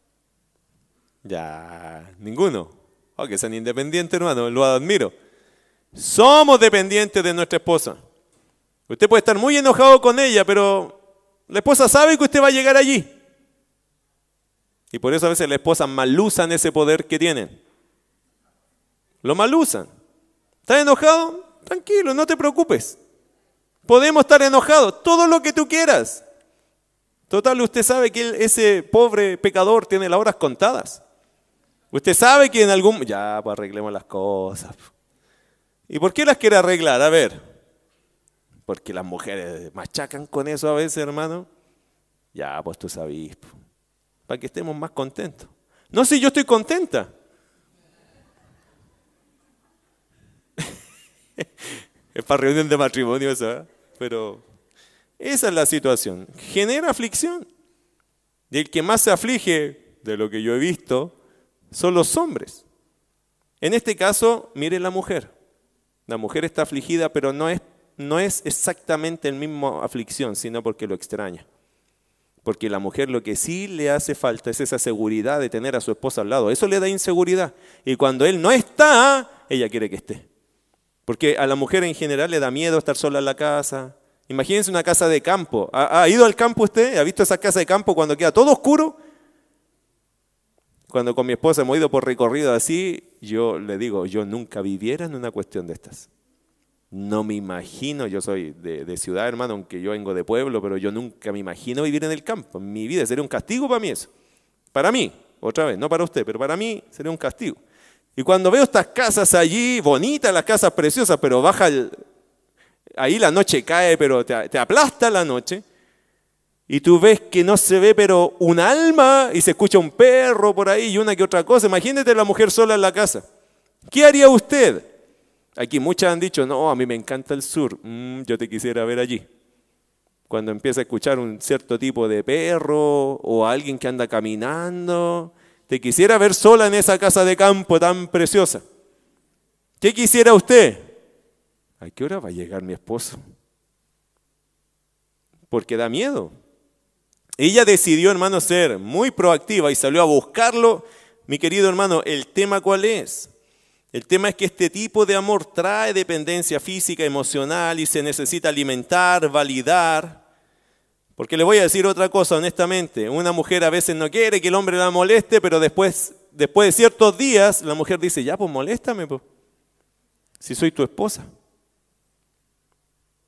Ya, ninguno. Oh, que sean independientes, hermano, lo admiro. Somos dependientes de nuestra esposa. Usted puede estar muy enojado con ella, pero la esposa sabe que usted va a llegar allí. Y por eso a veces las esposas malusan ese poder que tienen. Lo malusan. ¿Estás enojado? Tranquilo, no te preocupes. Podemos estar enojados, todo lo que tú quieras. Total, usted sabe que ese pobre pecador tiene las horas contadas. Usted sabe que en algún... Ya, pues arreglemos las cosas. ¿Y por qué las quiere arreglar? A ver. Porque las mujeres machacan con eso a veces, hermano. Ya, pues tú sabes. Para que estemos más contentos. No, si yo estoy contenta. Es para reunión de matrimonio eso, ¿eh? Pero esa es la situación. Genera aflicción. Y el que más se aflige, de lo que yo he visto, son los hombres. En este caso, mire la mujer. La mujer está afligida, pero no es, no es exactamente el mismo aflicción, sino porque lo extraña. Porque la mujer lo que sí le hace falta es esa seguridad de tener a su esposa al lado. Eso le da inseguridad. Y cuando él no está, ella quiere que esté. Porque a la mujer en general le da miedo estar sola en la casa. Imagínense una casa de campo. ¿Ha, ha ido al campo usted? ¿Ha visto esa casa de campo cuando queda todo oscuro? Cuando con mi esposa hemos ido por recorrido así, yo le digo, yo nunca viviera en una cuestión de estas. No me imagino, yo soy de, de ciudad, hermano, aunque yo vengo de pueblo, pero yo nunca me imagino vivir en el campo. En mi vida sería un castigo para mí eso. Para mí, otra vez, no para usted, pero para mí sería un castigo. Y cuando veo estas casas allí, bonitas, las casas preciosas, pero baja, el, ahí la noche cae, pero te, te aplasta la noche, y tú ves que no se ve pero un alma, y se escucha un perro por ahí y una que otra cosa. Imagínate la mujer sola en la casa. ¿Qué haría usted? Aquí muchas han dicho, no, a mí me encanta el sur, mm, yo te quisiera ver allí. Cuando empieza a escuchar un cierto tipo de perro, o alguien que anda caminando... Te quisiera ver sola en esa casa de campo tan preciosa. ¿Qué quisiera usted? ¿A qué hora va a llegar mi esposo? Porque da miedo. Ella decidió, hermano, ser muy proactiva y salió a buscarlo. Mi querido hermano, ¿el tema cuál es? El tema es que este tipo de amor trae dependencia física, emocional y se necesita alimentar, validar. Porque le voy a decir otra cosa, honestamente. Una mujer a veces no quiere que el hombre la moleste, pero después, después de ciertos días, la mujer dice, ya, pues moléstame, pues, si soy tu esposa.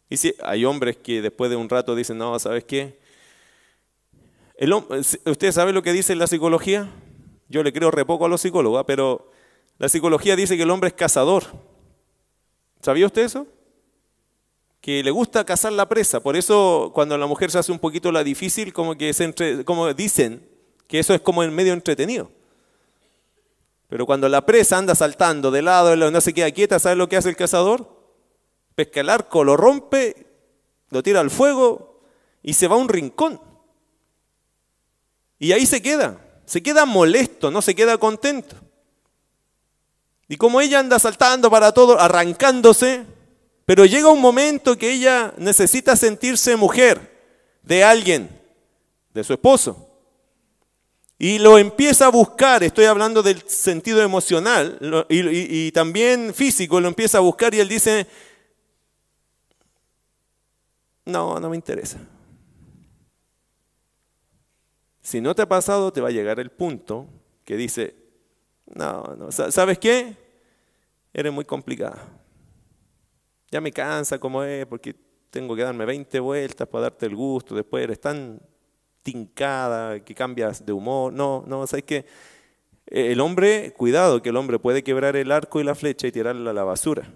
Y si hay hombres que después de un rato dicen, no, ¿sabes qué? El, ¿Usted sabe lo que dice la psicología? Yo le creo re poco a los psicólogos, ¿eh? Pero la psicología dice que el hombre es cazador. ¿Sabía usted eso? Que le gusta cazar la presa. Por eso cuando la mujer se hace un poquito la difícil, como que se entre, como dicen que eso es como en medio entretenido. Pero cuando la presa anda saltando de lado, no se queda quieta, ¿sabe lo que hace el cazador? Pesca el arco, lo rompe, lo tira al fuego y se va a un rincón. Y ahí se queda. Se queda molesto, no se queda contento. Y como ella anda saltando para todo, arrancándose, pero llega un momento que ella necesita sentirse mujer de alguien, de su esposo. Y lo empieza a buscar, estoy hablando del sentido emocional lo, y, y, y también físico, lo empieza a buscar y él dice, no, no me interesa. Si no te ha pasado, te va a llegar el punto que dice, no, no, ¿sabes qué? Eres muy complicada. Ya me cansa como es, porque tengo que darme veinte vueltas para darte el gusto, después eres tan tincada que cambias de humor. No, no, ¿sabes qué? El hombre, cuidado, que el hombre puede quebrar el arco y la flecha y tirarla a la basura.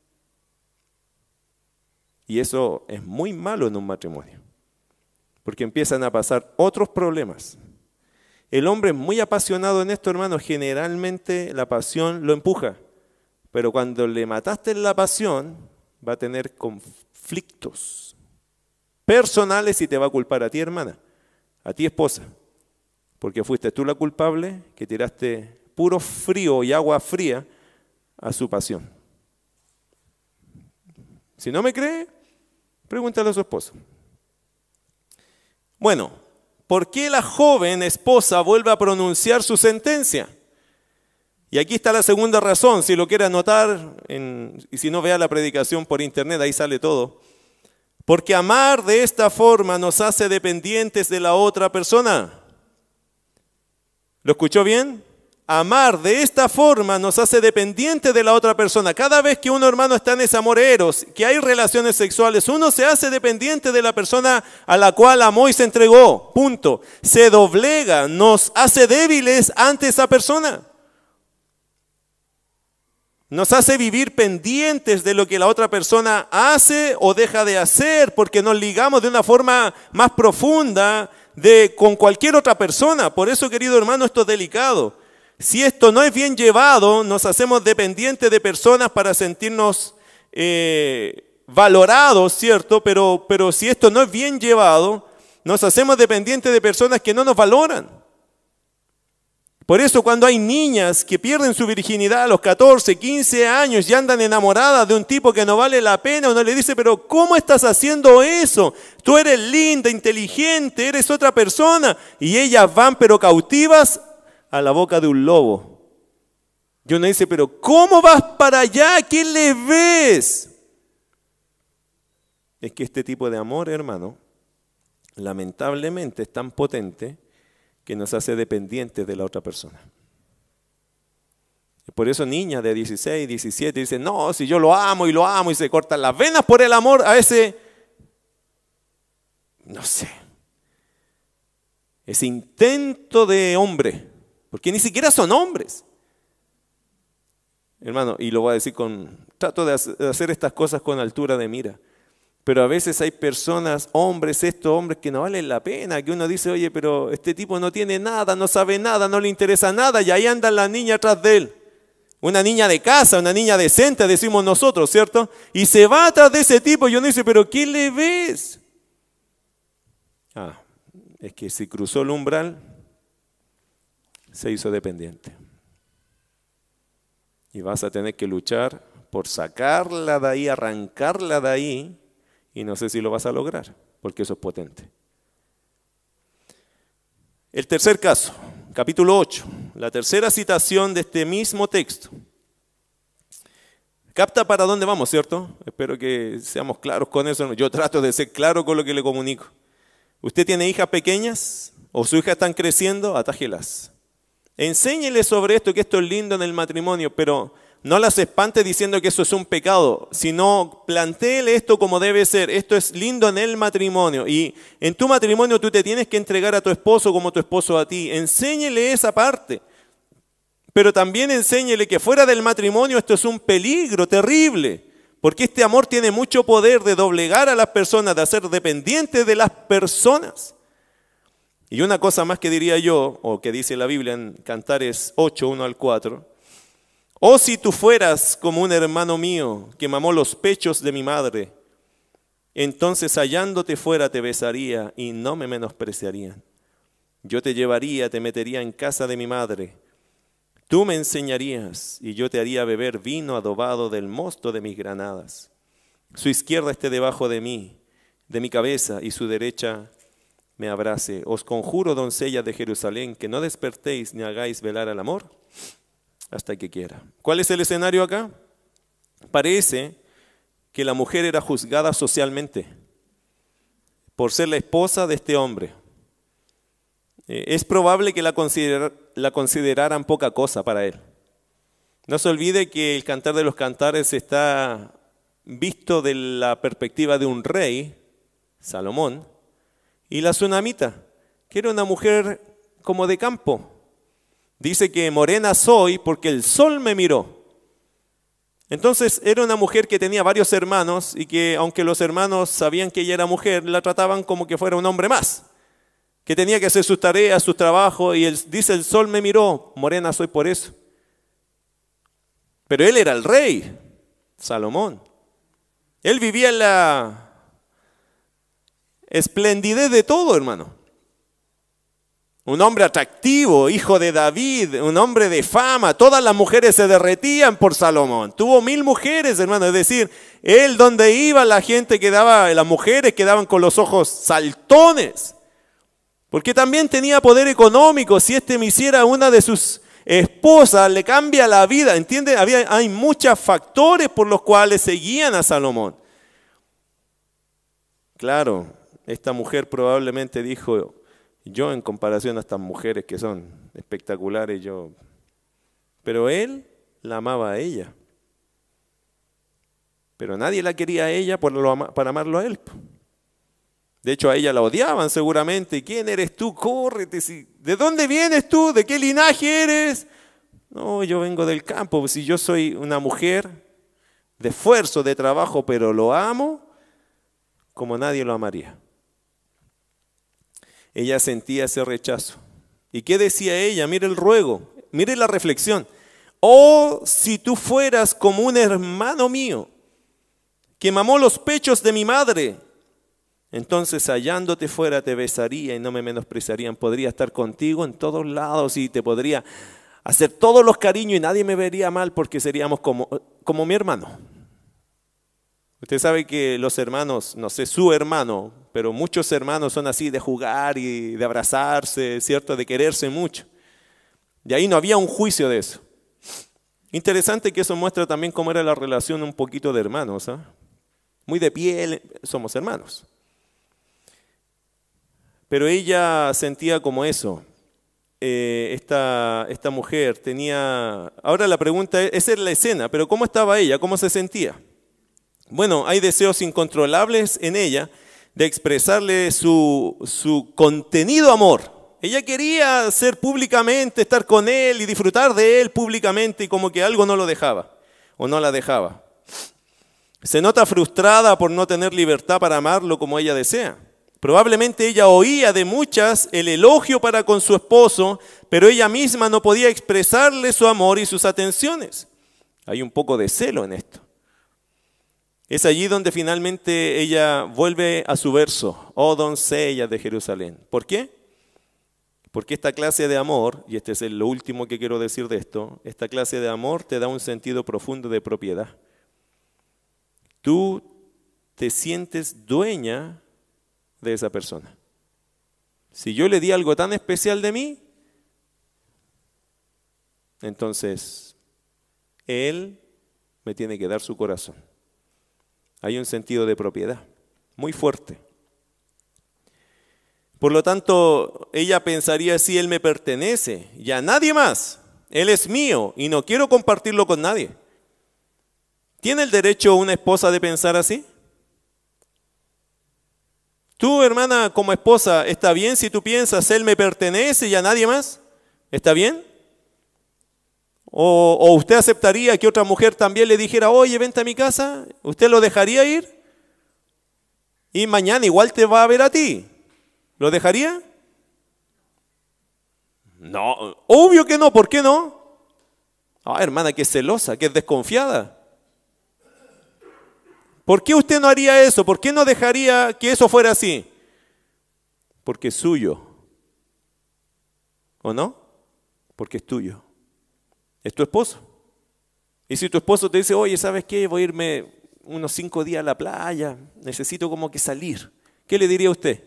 Y eso es muy malo en un matrimonio, porque empiezan a pasar otros problemas. El hombre es muy apasionado en esto, hermano, generalmente la pasión lo empuja, pero cuando le mataste la pasión, va a tener conflictos personales y te va a culpar a ti, hermana, a ti, esposa, porque fuiste tú la culpable que tiraste puro frío y agua fría a su pasión. Si no me cree, pregúntale a su esposo. Bueno, ¿por qué la joven esposa vuelve a pronunciar su sentencia? Y aquí está la segunda razón, si lo quiere anotar, en, y si no, vea la predicación por internet, ahí sale todo. Porque amar de esta forma nos hace dependientes de la otra persona. ¿Lo escuchó bien? Amar de esta forma nos hace dependientes de la otra persona. Cada vez que uno, hermano, está en ese amor eros, que hay relaciones sexuales, uno se hace dependiente de la persona a la cual amó y se entregó. Punto. Se doblega, nos hace débiles ante esa persona. Nos hace vivir pendientes de lo que la otra persona hace o deja de hacer, porque nos ligamos de una forma más profunda de, con cualquier otra persona. Por eso, querido hermano, esto es delicado. Si esto no es bien llevado, nos hacemos dependientes de personas para sentirnos eh, valorados, ¿cierto? Pero, pero si esto no es bien llevado, nos hacemos dependientes de personas que no nos valoran. Por eso cuando hay niñas que pierden su virginidad a los catorce, quince años y andan enamoradas de un tipo que no vale la pena, uno le dice, pero ¿cómo estás haciendo eso? Tú eres linda, inteligente, eres otra persona. Y ellas van pero cautivas a la boca de un lobo. Y uno dice, pero ¿cómo vas para allá? ¿Qué le ves? Es que este tipo de amor, hermano, lamentablemente es tan potente que nos hace dependientes de la otra persona. Por eso niñas de dieciséis, diecisiete dicen, no, si yo lo amo y lo amo y se cortan las venas por el amor a ese, no sé, ese intento de hombre, porque ni siquiera son hombres. Hermano, y lo voy a decir con, trato de hacer estas cosas con altura de mira. Pero a veces hay personas, hombres, estos hombres que no valen la pena, que uno dice, oye, pero este tipo no tiene nada, no sabe nada, no le interesa nada, y ahí anda la niña atrás de él. Una niña de casa, una niña decente, decimos nosotros, ¿cierto? Y se va atrás de ese tipo y uno dice, pero ¿qué le ves? Ah, es que si cruzó el umbral, se hizo dependiente. Y vas a tener que luchar por sacarla de ahí, arrancarla de ahí, y no sé si lo vas a lograr, porque eso es potente. El tercer caso, capítulo ocho, la tercera citación de este mismo texto. ¿Capta para dónde vamos, cierto? Espero que seamos claros con eso. Yo trato de ser claro con lo que le comunico. ¿Usted tiene hijas pequeñas o sus hijas están creciendo? Atájelas. Enséñele sobre esto, que esto es lindo en el matrimonio, pero no las espante diciendo que eso es un pecado, sino plantéele esto como debe ser. Esto es lindo en el matrimonio. Y en tu matrimonio tú te tienes que entregar a tu esposo como tu esposo a ti. Enséñele esa parte. Pero también enséñele que fuera del matrimonio esto es un peligro terrible. Porque este amor tiene mucho poder de doblegar a las personas, de hacer dependientes de las personas. Y una cosa más que diría yo, o que dice la Biblia en Cantares ocho, uno al cuatro. Oh, si tú fueras como un hermano mío que mamó los pechos de mi madre, entonces hallándote fuera te besaría y no me menospreciarían. Yo te llevaría, te metería en casa de mi madre. Tú me enseñarías y yo te haría beber vino adobado del mosto de mis granadas. Su izquierda esté debajo de mí, de mi cabeza, y su derecha me abrace. Os conjuro, doncellas de Jerusalén, que no despertéis ni hagáis velar al amor hasta que quiera. ¿Cuál es el escenario acá? Parece que la mujer era juzgada socialmente por ser la esposa de este hombre. Eh, es probable que la, considerar, la consideraran poca cosa para él. No se olvide que el Cantar de los Cantares está visto de la perspectiva de un rey, Salomón, y la tsunamita, que era una mujer como de campo. Dice que morena soy porque el sol me miró. Entonces era una mujer que tenía varios hermanos y que aunque los hermanos sabían que ella era mujer, la trataban como que fuera un hombre más, que tenía que hacer sus tareas, sus trabajos, y él dice el sol me miró, morena soy por eso. Pero él era el rey, Salomón. Él vivía en la esplendidez de todo, hermano. Un hombre atractivo, hijo de David, un hombre de fama. Todas las mujeres se derretían por Salomón. Tuvo mil mujeres, hermano. Es decir, él donde iba la gente quedaba, las mujeres quedaban con los ojos saltones. Porque también tenía poder económico. Si este me hiciera una de sus esposas, le cambia la vida. ¿Entiende? Había, hay muchos factores por los cuales seguían a Salomón. Claro, esta mujer probablemente dijo: yo en comparación a estas mujeres que son espectaculares, yo... Pero él la amaba a ella. Pero nadie la quería a ella por lo ama- para amarlo a él. De hecho, a ella la odiaban seguramente. ¿Quién eres tú? Córrete. ¿De dónde vienes tú? ¿De qué linaje eres? No, yo vengo del campo. Si yo soy una mujer de esfuerzo, de trabajo, pero lo amo como nadie lo amaría. Ella sentía ese rechazo. ¿Y qué decía ella? Mire el ruego, mire la reflexión. Oh, si tú fueras como un hermano mío, que mamó los pechos de mi madre, entonces hallándote fuera te besaría y no me menospreciarían. Podría estar contigo en todos lados y te podría hacer todos los cariños y nadie me vería mal porque seríamos como, como mi hermano. Usted sabe que los hermanos, no sé su hermano, pero muchos hermanos son así de jugar y de abrazarse, ¿cierto? De quererse mucho. Y ahí no había un juicio de eso. Interesante que eso muestra también cómo era la relación un poquito de hermanos, ¿eh? Muy de piel, somos hermanos. Pero ella sentía como eso. Eh, esta, esta mujer tenía... Ahora la pregunta es, esa era la escena, pero ¿cómo estaba ella? ¿Cómo se sentía? Bueno, hay deseos incontrolables en ella de expresarle su, su contenido amor. Ella quería ser públicamente, estar con él y disfrutar de él públicamente y como que algo no lo dejaba o no la dejaba. Se nota frustrada por no tener libertad para amarlo como ella desea. Probablemente ella oía de muchas el elogio para con su esposo, pero ella misma no podía expresarle su amor y sus atenciones. Hay un poco de celo en esto. Es allí donde finalmente ella vuelve a su verso, oh doncellas de Jerusalén. ¿Por qué? Porque esta clase de amor, y este es lo último que quiero decir de esto, esta clase de amor te da un sentido profundo de propiedad. Tú te sientes dueña de esa persona. Si yo le di algo tan especial de mí, entonces él me tiene que dar su corazón. Hay un sentido de propiedad muy fuerte. Por lo tanto, ella pensaría: si él me pertenece y a nadie más, él es mío y no quiero compartirlo con nadie. ¿Tiene el derecho una esposa de pensar así? Tú, hermana, como esposa, ¿está bien si tú piensas, él me pertenece y a nadie más? ¿Está bien? ¿O, o usted aceptaría que otra mujer también le dijera, oye, vente a mi casa? ¿Usted lo dejaría ir? Y mañana igual te va a ver a ti. ¿Lo dejaría? No, obvio que no. ¿Por qué no? Ah, hermana, que es celosa, que es desconfiada. ¿Por qué usted no haría eso? ¿Por qué no dejaría que eso fuera así? Porque es suyo. ¿O no? Porque es tuyo. Es tu esposo. Y si tu esposo te dice, oye, ¿sabes qué? Voy a irme unos cinco días a la playa, necesito como que salir. ¿Qué le diría a usted?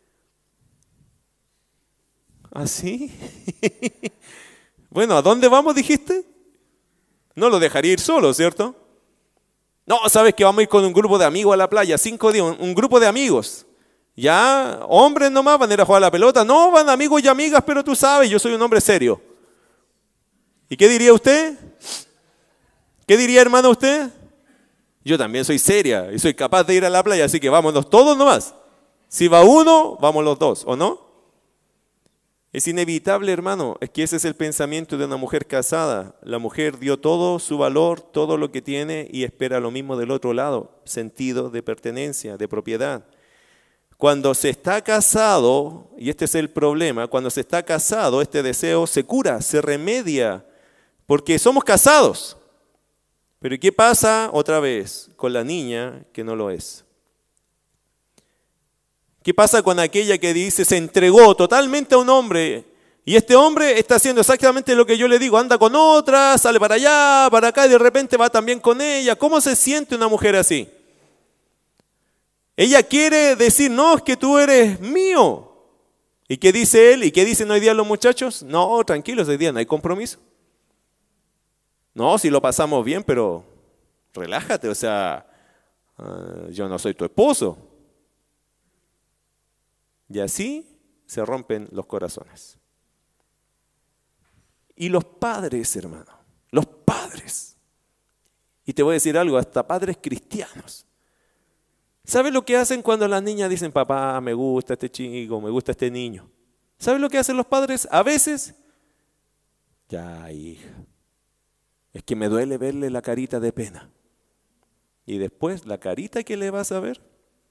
¿Ah, sí? Bueno, ¿a dónde vamos, dijiste? No lo dejaría ir solo, ¿cierto? No, ¿sabes que vamos a ir con un grupo de amigos a la playa? Cinco días, un, un grupo de amigos. Ya, hombres nomás van a ir a jugar a la pelota. No, van amigos y amigas, pero tú sabes, yo soy un hombre serio. ¿Y qué diría usted? ¿Qué diría, hermano, usted? Yo también soy seria y soy capaz de ir a la playa, así que vámonos todos nomás. Si va uno, vamos los dos, ¿o no? Es inevitable, hermano, es que ese es el pensamiento de una mujer casada. La mujer dio todo su valor, todo lo que tiene y espera lo mismo del otro lado, sentido de pertenencia, de propiedad. Cuando se está casado, y este es el problema, cuando se está casado, este deseo se cura, se remedia, porque somos casados. Pero ¿qué pasa otra vez con la niña que no lo es? ¿Qué pasa con aquella que dice, se entregó totalmente a un hombre y este hombre está haciendo exactamente lo que yo le digo, anda con otra, sale para allá, para acá y de repente va también con ella? ¿Cómo se siente una mujer así? Ella quiere decir, no, es que tú eres mío. ¿Y qué dice él? ¿Y qué dicen hoy día los muchachos? No, tranquilos, hoy día no hay compromiso. No, si lo pasamos bien, pero relájate, o sea, uh, yo no soy tu esposo. Y así se rompen los corazones. Y los padres, hermano, los padres. Y te voy a decir algo, hasta padres cristianos. ¿Sabes lo que hacen cuando las niñas dicen, papá, me gusta este chico, me gusta este niño? ¿Sabes lo que hacen los padres? A veces, ya, hija, es que me duele verle la carita de pena. Y después, la carita que le vas a ver.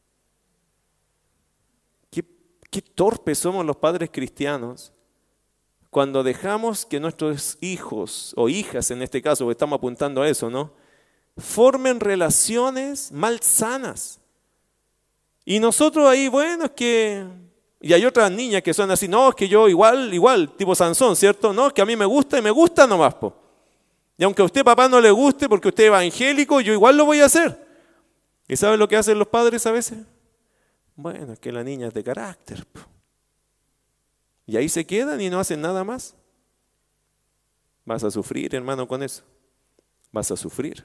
Qué, qué torpes somos los padres cristianos cuando dejamos que nuestros hijos, o hijas en este caso, porque estamos apuntando a eso, ¿no?, formen relaciones malsanas. Y nosotros ahí, bueno, es que... Y hay otras niñas que son así, no, es que yo igual, igual, tipo Sansón, ¿cierto? No, es que a mí me gusta y me gusta nomás, po. Y aunque a usted, papá, no le guste porque usted es evangélico, yo igual lo voy a hacer. ¿Y sabe lo que hacen los padres a veces? Bueno, es que la niña es de carácter, po. Y ahí se quedan y no hacen nada más. Vas a sufrir, hermano, con eso. Vas a sufrir.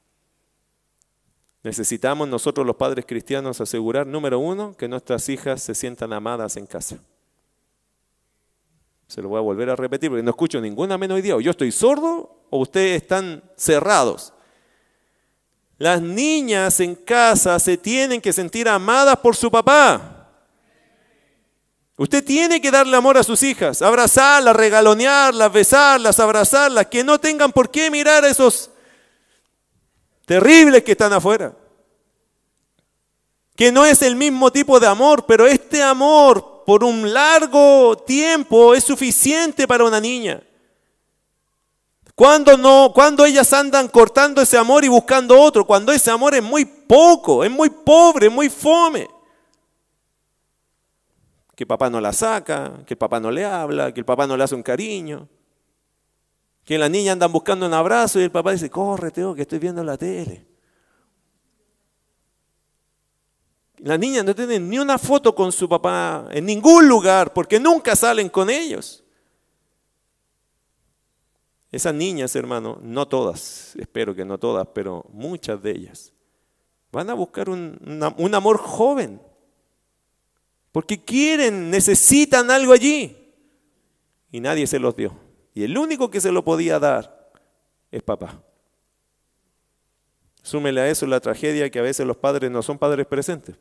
Necesitamos nosotros los padres cristianos asegurar, número uno, que nuestras hijas se sientan amadas en casa. Se lo voy a volver a repetir porque no escucho ninguna menos hoy día. O yo estoy sordo o ustedes están cerrados. Las niñas en casa se tienen que sentir amadas por su papá. Usted tiene que darle amor a sus hijas, abrazarlas, regalonearlas, besarlas, abrazarlas, que no tengan por qué mirar a esos terribles que están afuera. Que no es el mismo tipo de amor, pero este amor por un largo tiempo es suficiente para una niña. Cuando no, cuando ellas andan cortando ese amor y buscando otro, cuando ese amor es muy poco, es muy pobre, es muy fome. Que el papá no la saca, que el papá no le habla, que el papá no le hace un cariño. Que las niñas andan buscando un abrazo y el papá dice, corre, Teo, que estoy viendo la tele. Las niñas no tienen ni una foto con su papá en ningún lugar porque nunca salen con ellos. Esas niñas, hermano, no todas, espero que no todas, pero muchas de ellas, van a buscar un, una, un amor joven. Porque quieren, necesitan algo allí. Y nadie se los dio. Y el único que se lo podía dar es papá. Súmele a eso la tragedia que a veces los padres no son padres presentes.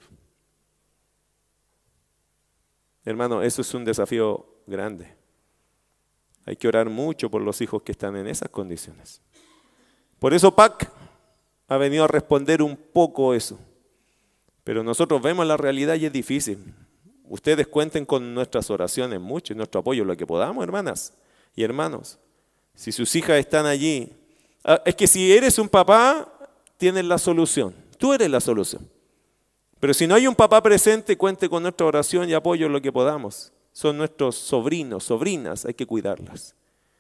Hermano, eso es un desafío grande. Hay que orar mucho por los hijos que están en esas condiciones. Por eso P A C ha venido a responder un poco eso. Pero nosotros vemos la realidad y es difícil. Ustedes cuenten con nuestras oraciones mucho y nuestro apoyo, lo que podamos, hermanas y hermanos. Si sus hijas están allí, es que si eres un papá, tienes la solución. Tú eres la solución. Pero si no hay un papá presente, cuente con nuestra oración y apoyo en lo que podamos. Son nuestros sobrinos, sobrinas, hay que cuidarlas.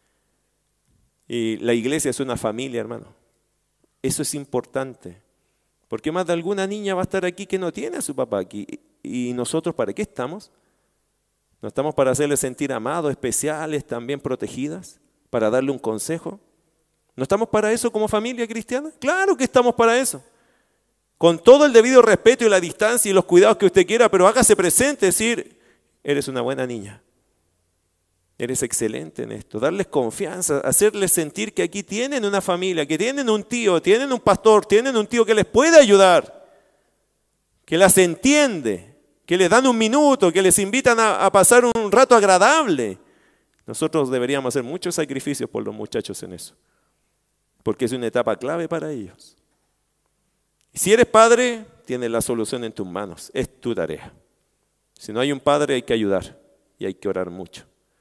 Y la iglesia es una familia, hermano. Eso es importante. Porque más de alguna niña va a estar aquí que no tiene a su papá aquí. ¿Y nosotros para qué estamos? ¿No estamos para hacerles sentir amados, especiales, también protegidas? ¿Para darle un consejo? ¿No estamos para eso como familia cristiana? Claro que estamos para eso. Con todo el debido respeto y la distancia y los cuidados que usted quiera, pero hágase presente, decir, eres una buena niña. Eres excelente en esto. Darles confianza, hacerles sentir que aquí tienen una familia, que tienen un tío, tienen un pastor, tienen un tío que les puede ayudar, que las entiende, que les dan un minuto, que les invitan a, a pasar un rato agradable. Nosotros deberíamos hacer muchos sacrificios por los muchachos en eso, porque es una etapa clave para ellos. Y si eres padre, tienes la solución en tus manos, es tu tarea. Si no hay un padre, hay que ayudar y hay que orar mucho.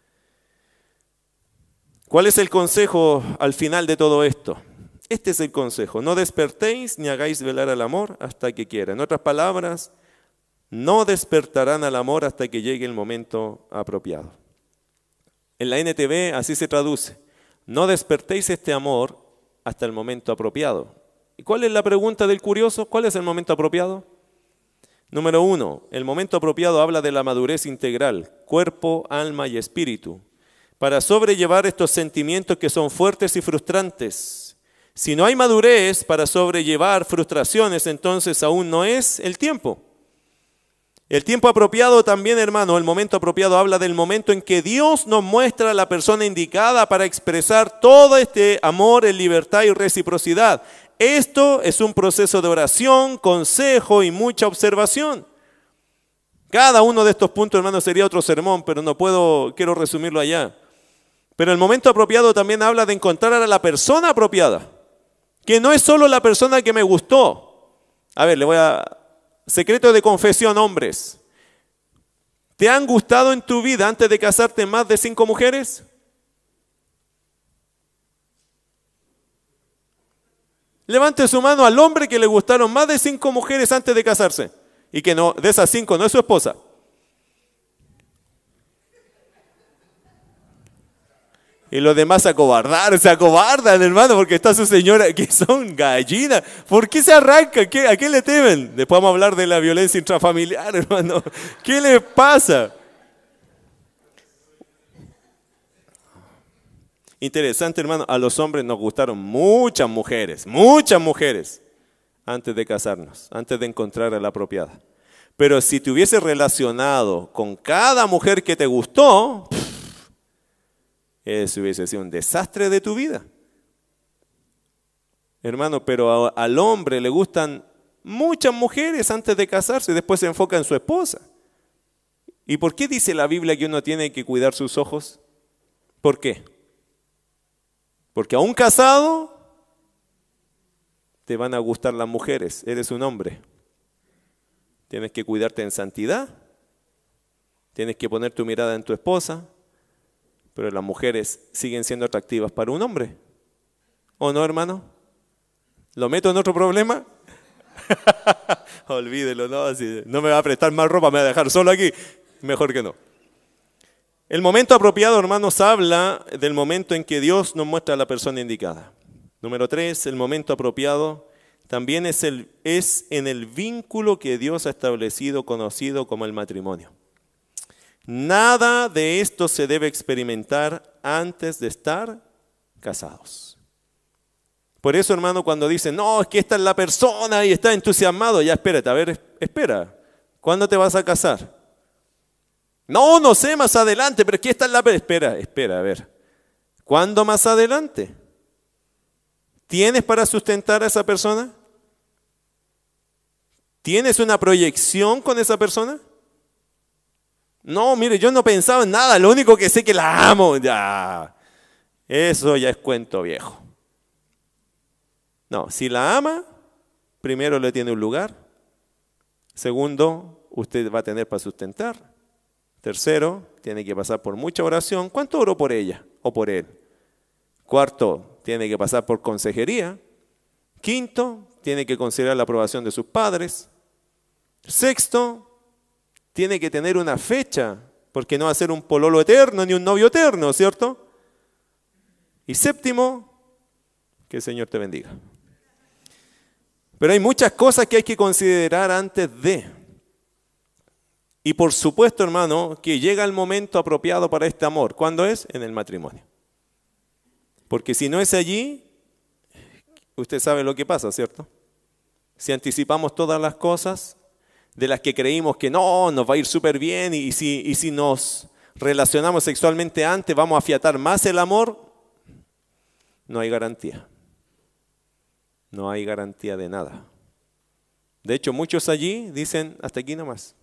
¿Cuál es el consejo al final de todo esto? Este es el consejo: no despertéis ni hagáis velar al amor hasta que quiera. En otras palabras, no despertarán al amor hasta que llegue el momento apropiado. En la N T V así se traduce: no despertéis este amor hasta el momento apropiado. ¿Y cuál es la pregunta del curioso? ¿Cuál es el momento apropiado? Número uno, el momento apropiado habla de la madurez integral, cuerpo, alma y espíritu, para sobrellevar estos sentimientos que son fuertes y frustrantes. Si no hay madurez para sobrellevar frustraciones, entonces aún no es el tiempo. El tiempo apropiado también, hermano, el momento apropiado habla del momento en que Dios nos muestra a la persona indicada para expresar todo este amor en libertad y reciprocidad. Esto es un proceso de oración, consejo y mucha observación. Cada uno de estos puntos, hermano, sería otro sermón, pero no puedo, quiero resumirlo allá. Pero el momento apropiado también habla de encontrar a la persona apropiada, que no es solo la persona que me gustó. A ver, le voy a... Secreto de confesión, hombres. ¿Te han gustado en tu vida antes de casarte más de cinco mujeres? Levante su mano al hombre que le gustaron más de cinco mujeres antes de casarse. Y que no, de esas cinco no es su esposa. Y los demás se acobardan, se acobardan, hermano, porque está su señora, que son gallinas. ¿Por qué se arrancan? ¿Qué, ¿A qué le temen? Después vamos a hablar de la violencia intrafamiliar, hermano. ¿Qué les pasa? Interesante, hermano, a los hombres nos gustaron muchas mujeres, muchas mujeres, antes de casarnos, antes de encontrar a la apropiada. Pero si te hubieses relacionado con cada mujer que te gustó, eso hubiese sido un desastre de tu vida. Hermano, pero a, al hombre le gustan muchas mujeres antes de casarse y después se enfoca en su esposa. ¿Y por qué dice la Biblia que uno tiene que cuidar sus ojos? ¿Por qué? Porque aún casado te van a gustar las mujeres, eres un hombre. Tienes que cuidarte en santidad, tienes que poner tu mirada en tu esposa, pero las mujeres siguen siendo atractivas para un hombre. ¿O no, hermano? ¿Lo meto en otro problema? Olvídelo, no, así, no me va a prestar más ropa, me va a dejar solo aquí. Mejor que no. El momento apropiado, hermanos, habla del momento en que Dios nos muestra a la persona indicada. Número tres, el momento apropiado también es, el, es en el vínculo que Dios ha establecido, conocido como el matrimonio. Nada de esto se debe experimentar antes de estar casados. Por eso, hermano, cuando dicen, no, es que esta es la persona y está entusiasmado, ya espérate, a ver, espera, ¿cuándo te vas a casar? No, no sé, más adelante, pero es que esta es la persona. Espera, espera, a ver, ¿cuándo más adelante? ¿Tienes para sustentar a esa persona? ¿Tienes una proyección con esa persona? No, mire, yo no pensaba en nada, lo único que sé es que la amo. Ya, eso ya es cuento viejo. No, si la ama, primero le tiene un lugar. Segundo, usted va a tener para sustentar. Tercero, tiene que pasar por mucha oración. ¿Cuánto oró por ella o por él? Cuarto, tiene que pasar por consejería. Quinto, tiene que considerar la aprobación de sus padres. Sexto, tiene que tener una fecha, porque no va a ser un pololo eterno ni un novio eterno, ¿cierto? Y séptimo, que el Señor te bendiga. Pero hay muchas cosas que hay que considerar antes de. Y por supuesto, hermano, que llega el momento apropiado para este amor. ¿Cuándo es? En el matrimonio. Porque si no es allí, usted sabe lo que pasa, ¿cierto? Si anticipamos todas las cosas de las que creímos que no, nos va a ir súper bien, y si, y si nos relacionamos sexualmente antes, vamos a afiatar más el amor, no hay garantía. No hay garantía de nada. De hecho, muchos allí dicen, hasta aquí nomás.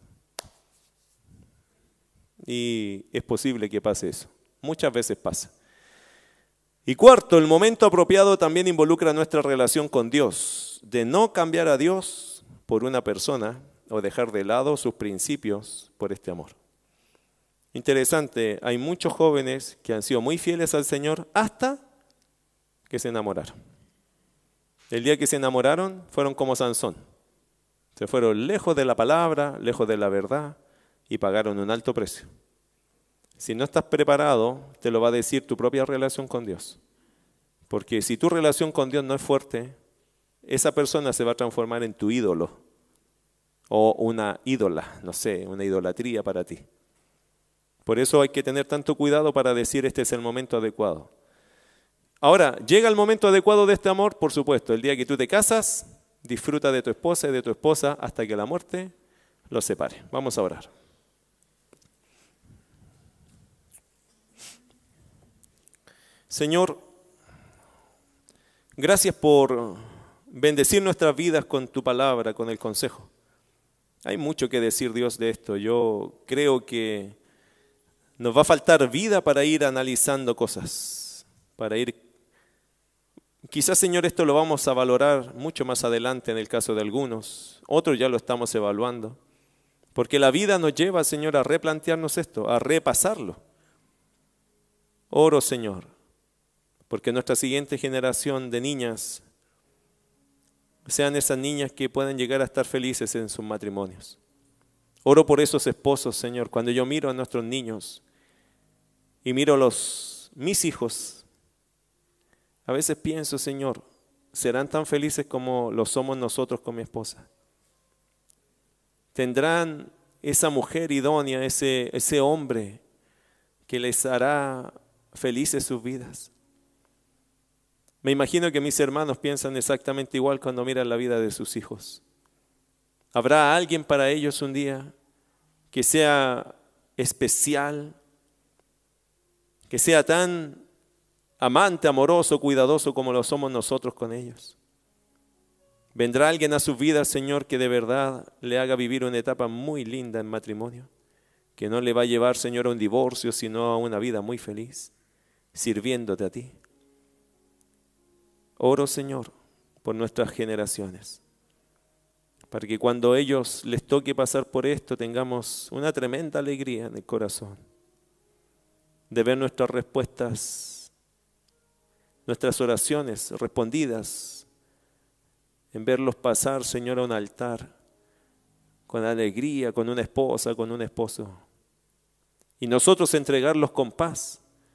Y es posible que pase eso. Muchas veces pasa. Y cuarto, el momento apropiado también involucra nuestra relación con Dios. De no cambiar a Dios por una persona o dejar de lado sus principios por este amor. Interesante, hay muchos jóvenes que han sido muy fieles al Señor hasta que se enamoraron. El día que se enamoraron fueron como Sansón. Se fueron lejos de la palabra, lejos de la verdad y pagaron un alto precio. Si no estás preparado, te lo va a decir tu propia relación con Dios. Porque si tu relación con Dios no es fuerte, esa persona se va a transformar en tu ídolo. O una ídola, no sé, una idolatría para ti. Por eso hay que tener tanto cuidado para decir este es el momento adecuado. Ahora, llega el momento adecuado de este amor, por supuesto, el día que tú te casas, disfruta de tu esposa y de tu esposa hasta que la muerte los separe. Vamos a orar. Señor, gracias por bendecir nuestras vidas con tu palabra, con el consejo. Hay mucho que decir, Dios, de esto. Yo creo que nos va a faltar vida para ir analizando cosas, para ir. Quizás, Señor, esto lo vamos a valorar mucho más adelante en el caso de algunos. Otros ya lo estamos evaluando. Porque la vida nos lleva, Señor, a replantearnos esto, a repasarlo. Oro, Señor, porque nuestra siguiente generación de niñas sean esas niñas que puedan llegar a estar felices en sus matrimonios. Oro por esos esposos, Señor, cuando yo miro a nuestros niños y miro a los, mis hijos, a veces pienso, Señor, ¿serán tan felices como lo somos nosotros con mi esposa? ¿Tendrán esa mujer idónea, ese, ese hombre que les hará felices sus vidas? Me imagino que mis hermanos piensan exactamente igual cuando miran la vida de sus hijos. ¿Habrá alguien para ellos un día que sea especial, que sea tan amante, amoroso, cuidadoso como lo somos nosotros con ellos? ¿Vendrá alguien a sus vidas, Señor, que de verdad le haga vivir una etapa muy linda en matrimonio? Que no le va a llevar, Señor, a un divorcio, sino a una vida muy feliz, sirviéndote a ti. Oro, Señor, por nuestras generaciones, para que cuando ellos les toque pasar por esto tengamos una tremenda alegría en el corazón, de ver nuestras respuestas, nuestras oraciones respondidas, en verlos pasar, Señor, a un altar, con alegría, con una esposa, con un esposo, y nosotros entregarlos con paz,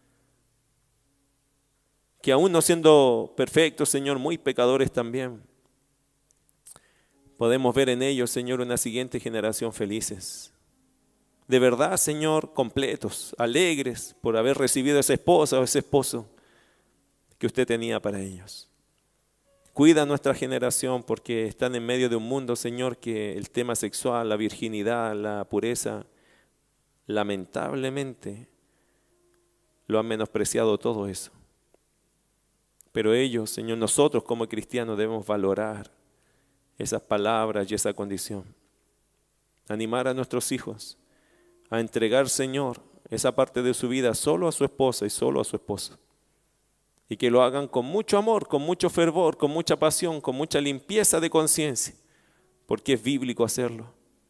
que aún no siendo perfectos, Señor, muy pecadores también, podemos ver en ellos, Señor, una siguiente generación felices. De verdad, Señor, completos, alegres por haber recibido a esa esposa o ese esposo que usted tenía para ellos. Cuida a nuestra generación porque están en medio de un mundo, Señor, que el tema sexual, la virginidad, la pureza, lamentablemente lo han menospreciado todo eso. Pero ellos, Señor, nosotros como cristianos debemos valorar esas palabras y esa condición. Animar a nuestros hijos a entregar, Señor, esa parte de su vida solo a su esposa y solo a su esposo. Y que lo hagan con mucho amor, con mucho fervor, con mucha pasión, con mucha limpieza de conciencia, porque es bíblico hacerlo.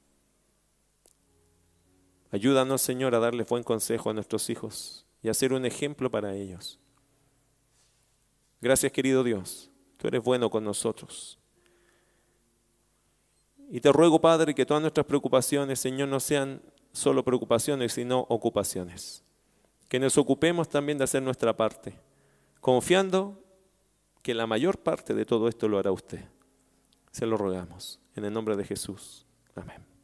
Ayúdanos, Señor, a darle buen consejo a nuestros hijos y a ser un ejemplo para ellos. Gracias, querido Dios. Tú eres bueno con nosotros. Y te ruego, Padre, que todas nuestras preocupaciones, Señor, no sean solo preocupaciones, sino ocupaciones. Que nos ocupemos también de hacer nuestra parte, confiando que la mayor parte de todo esto lo hará usted. Se lo rogamos. En el nombre de Jesús. Amén.